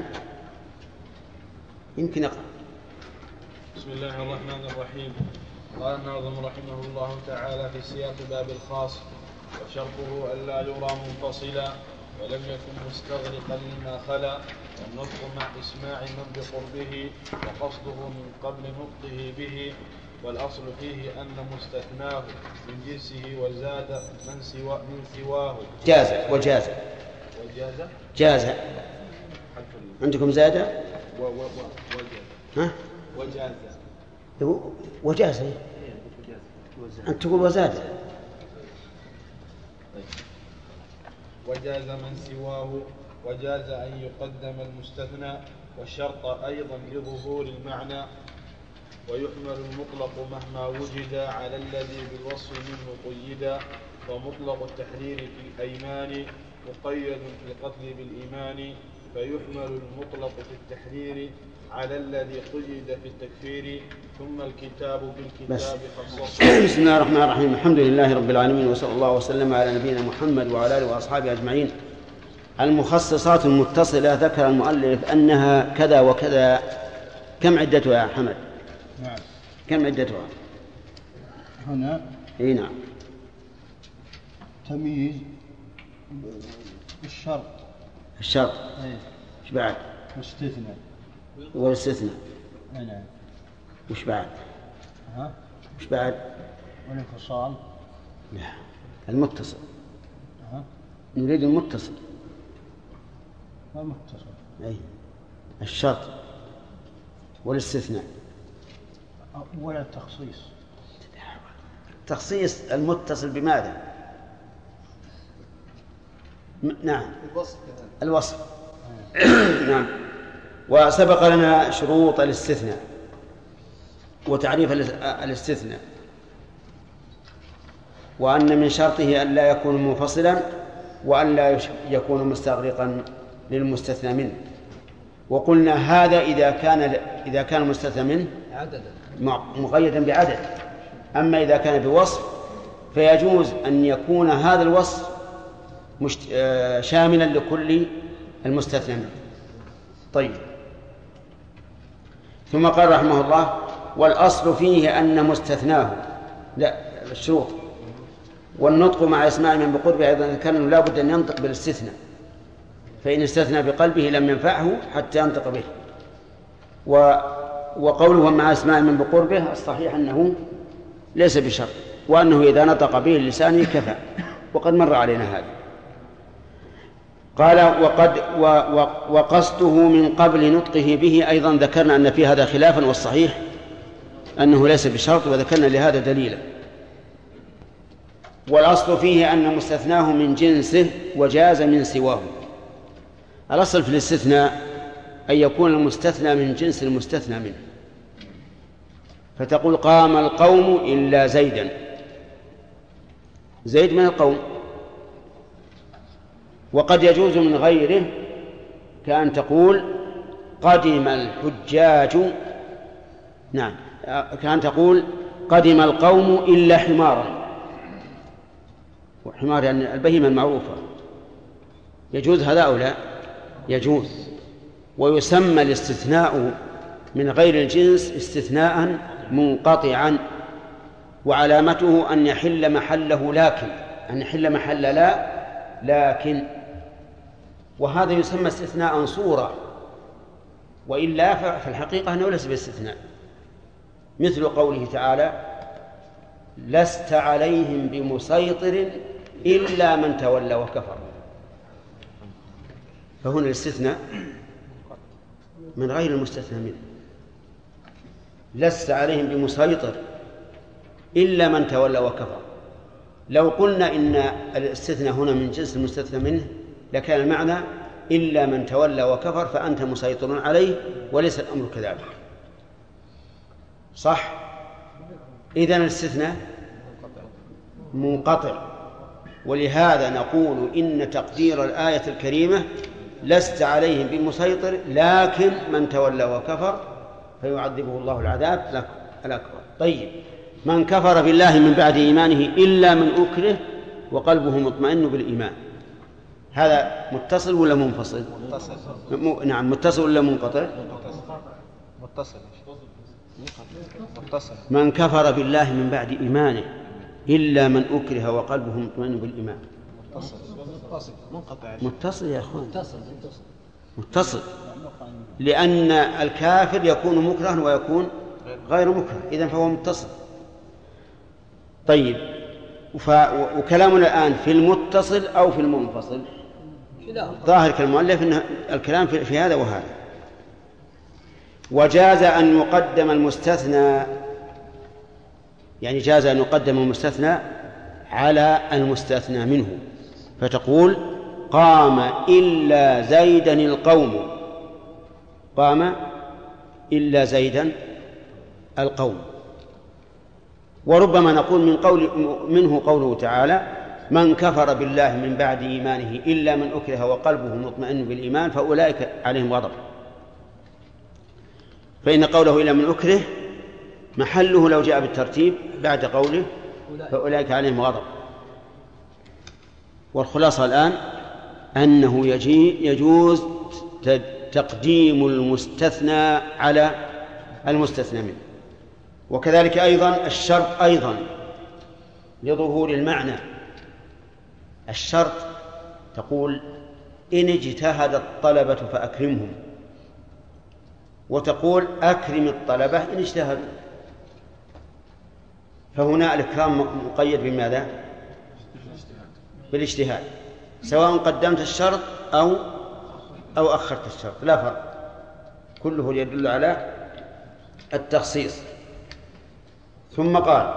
يمكن يقع. بسم الله الرحمن الرحيم. قال الناظم رحمه الله تعالى في سياق باب الخاص وشرطه ألا يرى منفصلا ولم يكن مستغرقا لما خلا والنطق مع إسماع من بقربه وقصده من قبل نطقه به والأصل فيه أن مستثناه من جنسه وزاد من سواه جاز عندكم زاد وجاز أنت تقول وزاد وجاز من سواه وجاز أن يقدم المستثنى والشرط أيضا لظهور المعنى. ويحمل المطلق مهما وجد على الذي بالوصف منه قيدا، ومطلق التحرير في الأيمان مقيد في القتل بالإيمان. فيحمل المطلق في التحرير على الذي قيد في التكفير، ثم الكتاب بالكتاب خصصه. بسم الله الرحمن الرحيم. الحمد لله رب العالمين، وصلى الله وسلم على نبينا محمد وعلى آله وأصحابه أجمعين. المخصصات المتصلة ذكر المؤلف أنها كذا وكذا. كم عدتها يا حمد؟ نعم. كم عدتها هنا؟ اي نعم. تمييز بالشرط. الشرط. ايه. وش بعد؟ واستثناء. والاستثناء. نعم. وش بعد؟ ها؟ وش بعد؟ والانفصال. لا، المتصل. ها؟ نريد المتصل. المتصل. اي. الشرط والاستثناء. ولا التخصيص. تخصيص المتصل بماذا؟ نعم، الوصف. نعم. وسبق لنا شروط الاستثناء وتعريف الاستثناء، وأن من شرطه أن لا يكون منفصلا وأن لا يكون مستغرقا للمستثنى منه. وقلنا هذا إذا كان المستثنى منه مقيدا بعدد. أما إذا كان بوصف فيجوز أن يكون هذا الوصف شاملا لكل المستثنى منه. طيب، ثم قال رحمه الله: والأصل فيه أن مستثناه لا الشروط والنطق مع إسماع من بقربه أيضا كان لا بد أن ينطق بالاستثناء، فإن استثنى بقلبه لم ينفعه حتى ينطق به. وقوله مع إسماع من بقربه الصحيح أنه ليس بشرط، وأنه إذا نطق به اللسان كفى، وقد مر علينا هذا. قال: وقصده من قبل نطقه به أيضا ذكرنا أن في هذا خلافا، والصحيح أنه ليس بشرط، وذكرنا لهذا دليلا. والأصل فيه أن مستثناه من جنسه وجاز من سواه. الأصل في الاستثناء أن يكون المستثنى من جنس المستثنى منه، فتقول: قام القوم إلا زيدا. زيد من القوم. وقد يجوز من غيره، كأن تقول: قدم الحجاج. نعم، كأن تقول: قدم القوم إلا حمارا. وحمار يعني البهيمة المعروفة. يجوز هذا أو لا؟ يجوز. ويسمى الاستثناء من غير الجنس استثناء منقطعا، وعلامته أن يحل محله لكن، أن يحل محل لا لكن. وهذا يسمى استثناء صورة، وإلا فالحقيقة أنه ليس باستثناء. مثل قوله تعالى: لست عليهم بمسيطر إلا من تولى وكفر. فهنا الاستثناء من غير المستثنى منه. لست عليهم بمسيطر إلا من تولى وكفر. لو قلنا إن الاستثناء هنا من جنس المستثنى منه لكان المعنى: إلا من تولى وكفر فأنت مسيطر عليه، وليس الأمر كذلك. صح؟ إذن الاستثناء منقطع. ولهذا نقول إن تقدير الآية الكريمة: لست عليهم بمسيطر لكن من تولى وكفر فيعذبه الله العذاب الأكبر. طيب، من كفر بالله من بعد إيمانه إلا من أكره وقلبه مطمئن بالإيمان، هذا متصل ولا منفصل؟ نعم، متصل ولا منقطع؟ متصل. من كفر بالله من بعد إيمانه إلا من أكره وقلبه مطمئن بالإيمان. متصل يا أخوان، متصل، لأن الكافر يكون مكرها ويكون غير مكره، إذن فهو متصل. طيب، وكلامنا الآن في المتصل أو في المنفصل؟ ظاهر كالمؤلف أن الكلام في هذا وهذا. وجاز أن يقدم المستثنى، يعني جاز أن يقدم المستثنى على المستثنى منه، فتقول: قام إلا زيدا القوم، قام إلا زيدا القوم. وربما نقول منه قوله تعالى من كفر بالله من بعد إيمانه إلا من أكره وقلبه مطمئن بالإيمان فأولئك عليهم غضب. فإن قوله إلا من أكره محله لو جاء بالترتيب بعد قوله فأولئك عليهم غضب. والخلاصة الآن أنه يجوز تقديم المستثنى على المستثنى منه. وكذلك أيضا الشرط أيضا لظهور المعنى. الشرط تقول إن اجتهد الطلبة فأكرمهم، وتقول أكرم الطلبة إن اجتهدوا. فهنا الإكرام مقيد بماذا؟ بالاجتهاد، سواء قدمت الشرط أو أخرت الشرط لا فرق، كله يدل على التخصيص. ثم قال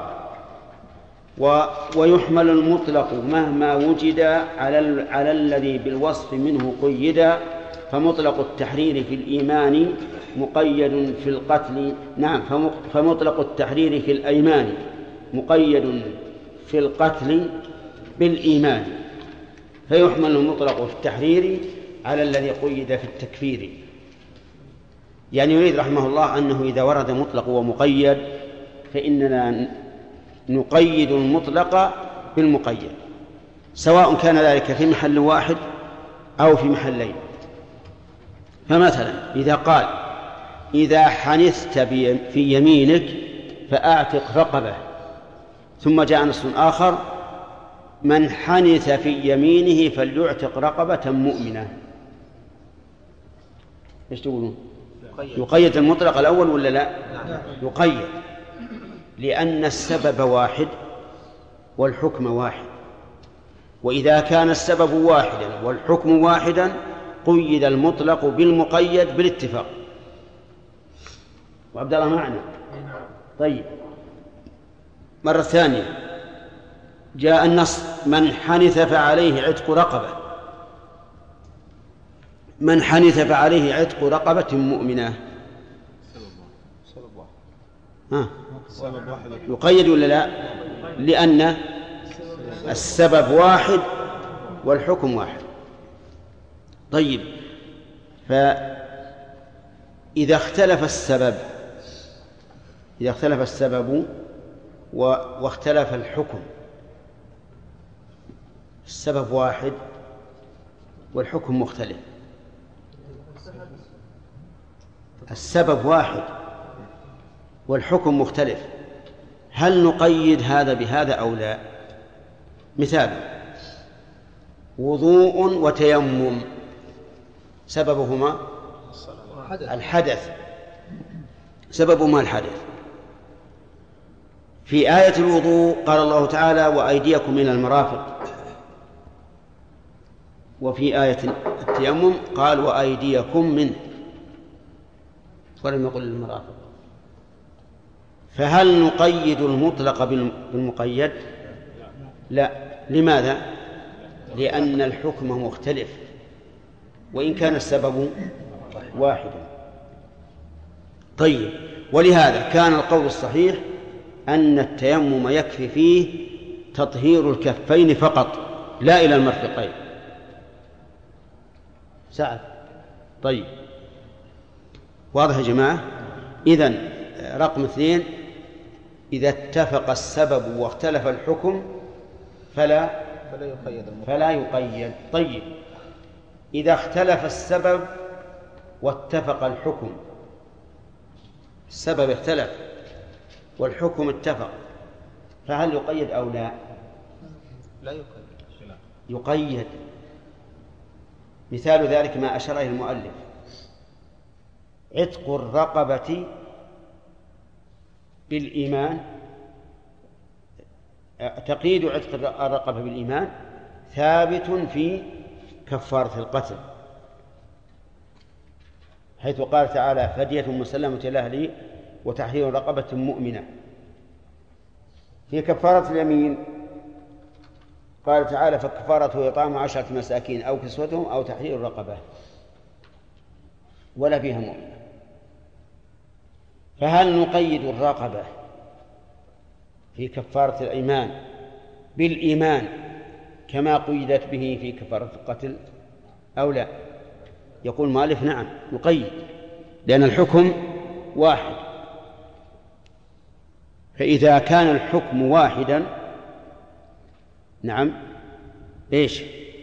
ويحمل المطلق مهما وجد على الذي بالوصف منه قيدا، فمطلق التحرير في الإيمان مقيد في القتل. نعم، فمطلق التحرير في الأيمان مقيد في القتل بالإيمان، فيحمل المطلق في التحرير على الذي قيد في التكفير. يعني يريد رحمه الله أنه إذا ورد مطلق ومقيد فإننا نقيد المطلق بالمقيد، سواء كان ذلك في محل واحد أو في محلين. فمثلا إذا قال إذا حنثت في يمينك فأعتق رقبة، ثم جاء نص آخر من حنث في يمينه فليعتق رقبة مؤمنة، ايش تقولون؟ يقيد المطلق الأول ولا لا؟ يقيد، لأن السبب واحد والحكم واحد، وإذا كان السبب واحدا والحكم واحدا قيد المطلق بالمقيد بالاتفاق. وعبد الله معنا؟ طيب، مرة ثانية جاء النص من حنث فعليه عتق رقبة، من حنث فعليه عتق رقبة مؤمنة، يقيد ولا لا؟ لأن السبب واحد والحكم واحد. طيب، فإذا اختلف السبب واختلف الحكم، السبب واحد والحكم مختلف، السبب واحد والحكم مختلف، هل نقيد هذا بهذا أو لا؟ مثال: وضوء وتيمم سببهما الحدث، سببهما الحدث. في آية الوضوء قال الله تعالى وأيديكم من المرافق، وفي آية التيمم قال وأيديكم منه ولم يقل المرافق. فهل نقيد المطلق بالمقيد؟ لا. لماذا؟ لأن الحكم مختلف وإن كان السبب واحدا. طيب، ولهذا كان القول الصحيح أن التيمم يكفي فيه تطهير الكفين فقط لا إلى المرفقين. سعد؟ طيب، واضح يا جماعة؟ إذن رقم 2: إذا اتفق السبب واختلف الحكم فلا يقيد. طيب، إذا اختلف السبب واتفق الحكم، السبب اختلف والحكم اتفق، فهل يقيد أو لا؟ لا يقيد. يقيد. مثال ذلك ما أشار إليه المؤلف: عتق الرقبة بالإيمان، تقييد عتق الرقبة بالإيمان ثابت في كفارة القتل، حيث قال تعالى فدية مسلمة إلى أهله وتحرير رقبة مؤمنة. في كفارة اليمين قال تعالى فكفارته إطعام 10 مساكين أو كسوتهم أو تحرير رقبة، ولا فيها مؤمنة. فهل نقيد الرقبة في كفارة الأيمان بالإيمان كما قيدت به في كفارة القتل أو لا؟ يقول مالك نعم نقيد، لأن الحكم واحد. فإذا كان الحكم واحدا نعم إيش؟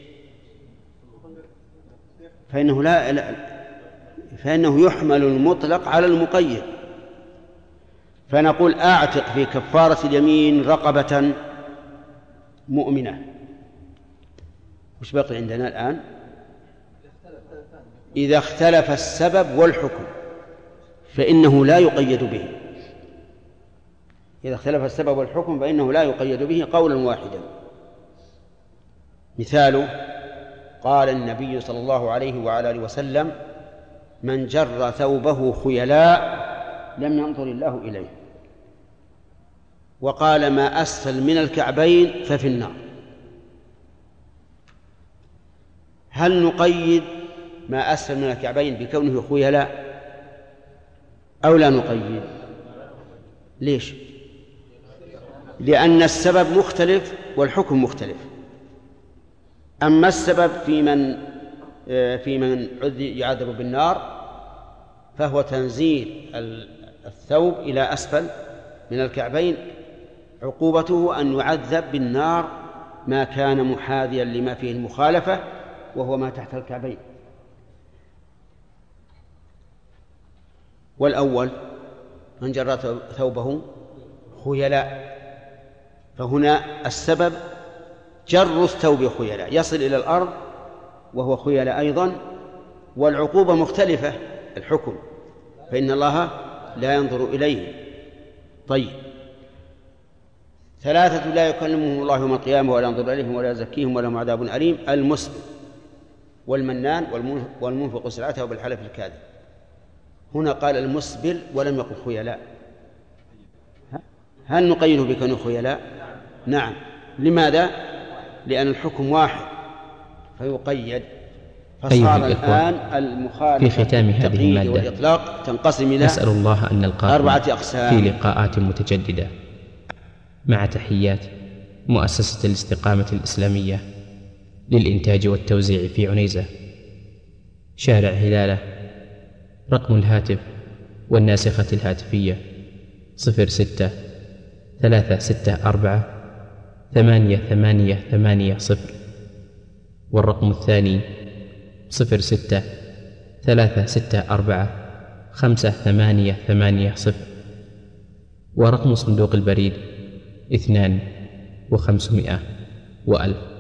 فإنه يحمل المطلق على المقيد. فنقول أعتق في كفارة اليمين رقبة مؤمنة. وش بقي عندنا الآن؟ إذا اختلف السبب والحكم فإنه لا يقيد به. إذا اختلف السبب والحكم فإنه لا يقيد به قولا واحدا. مثاله قال النبي صلى الله عليه وعلى آله وسلم من جر ثوبه خيلاء لم ينظر الله إليه، وقال ما أسفل من الكعبين ففي النار. هل نقيد ما أسفل من الكعبين بكونه خيلاء أو لا نقيد؟ ليش؟ لأن السبب مختلف والحكم مختلف. أما السبب في من يعذب بالنار فهو تنزيل الثوب إلى أسفل من الكعبين، عقوبته أن يعذب بالنار ما كان محاذيا لما فيه المخالفة وهو ما تحت الكعبين. والأول من جر ثوبه خيلاء، فهنا السبب جر الثوب خيلاء يصل إلى الأرض وهو خيلاء أيضا، والعقوبة مختلفة الحكم، فإن الله لا ينظر إليه. طيب، 3 لا يكلمهم الله يوم القيامة ولا ينظر إليهم ولا يزكيهم ولهم عذاب أليم: المسلم والمنان والمنفق سلعته بالحلف الكاذب. هنا قال المسبل ولم يقل خيلاء. هل نقيده بكونه خيلاء؟ نعم. لماذا؟ لأن الحكم واحد فيقيد. فصار الآن المخالفة في ختام هذه المادة والإطلاق تنقسم إلى نسأل الله أن نلقاكم 4 أقسام في لقاءات متجددة، مع تحيات مؤسسة الاستقامة الإسلامية للإنتاج والتوزيع في عنيزة، شارع هلالة. رقم الهاتف والناسخة الهاتفية 06-364-8880، والرقم الثاني 06-364-5880، ورقم صندوق البريد 2500 و1000.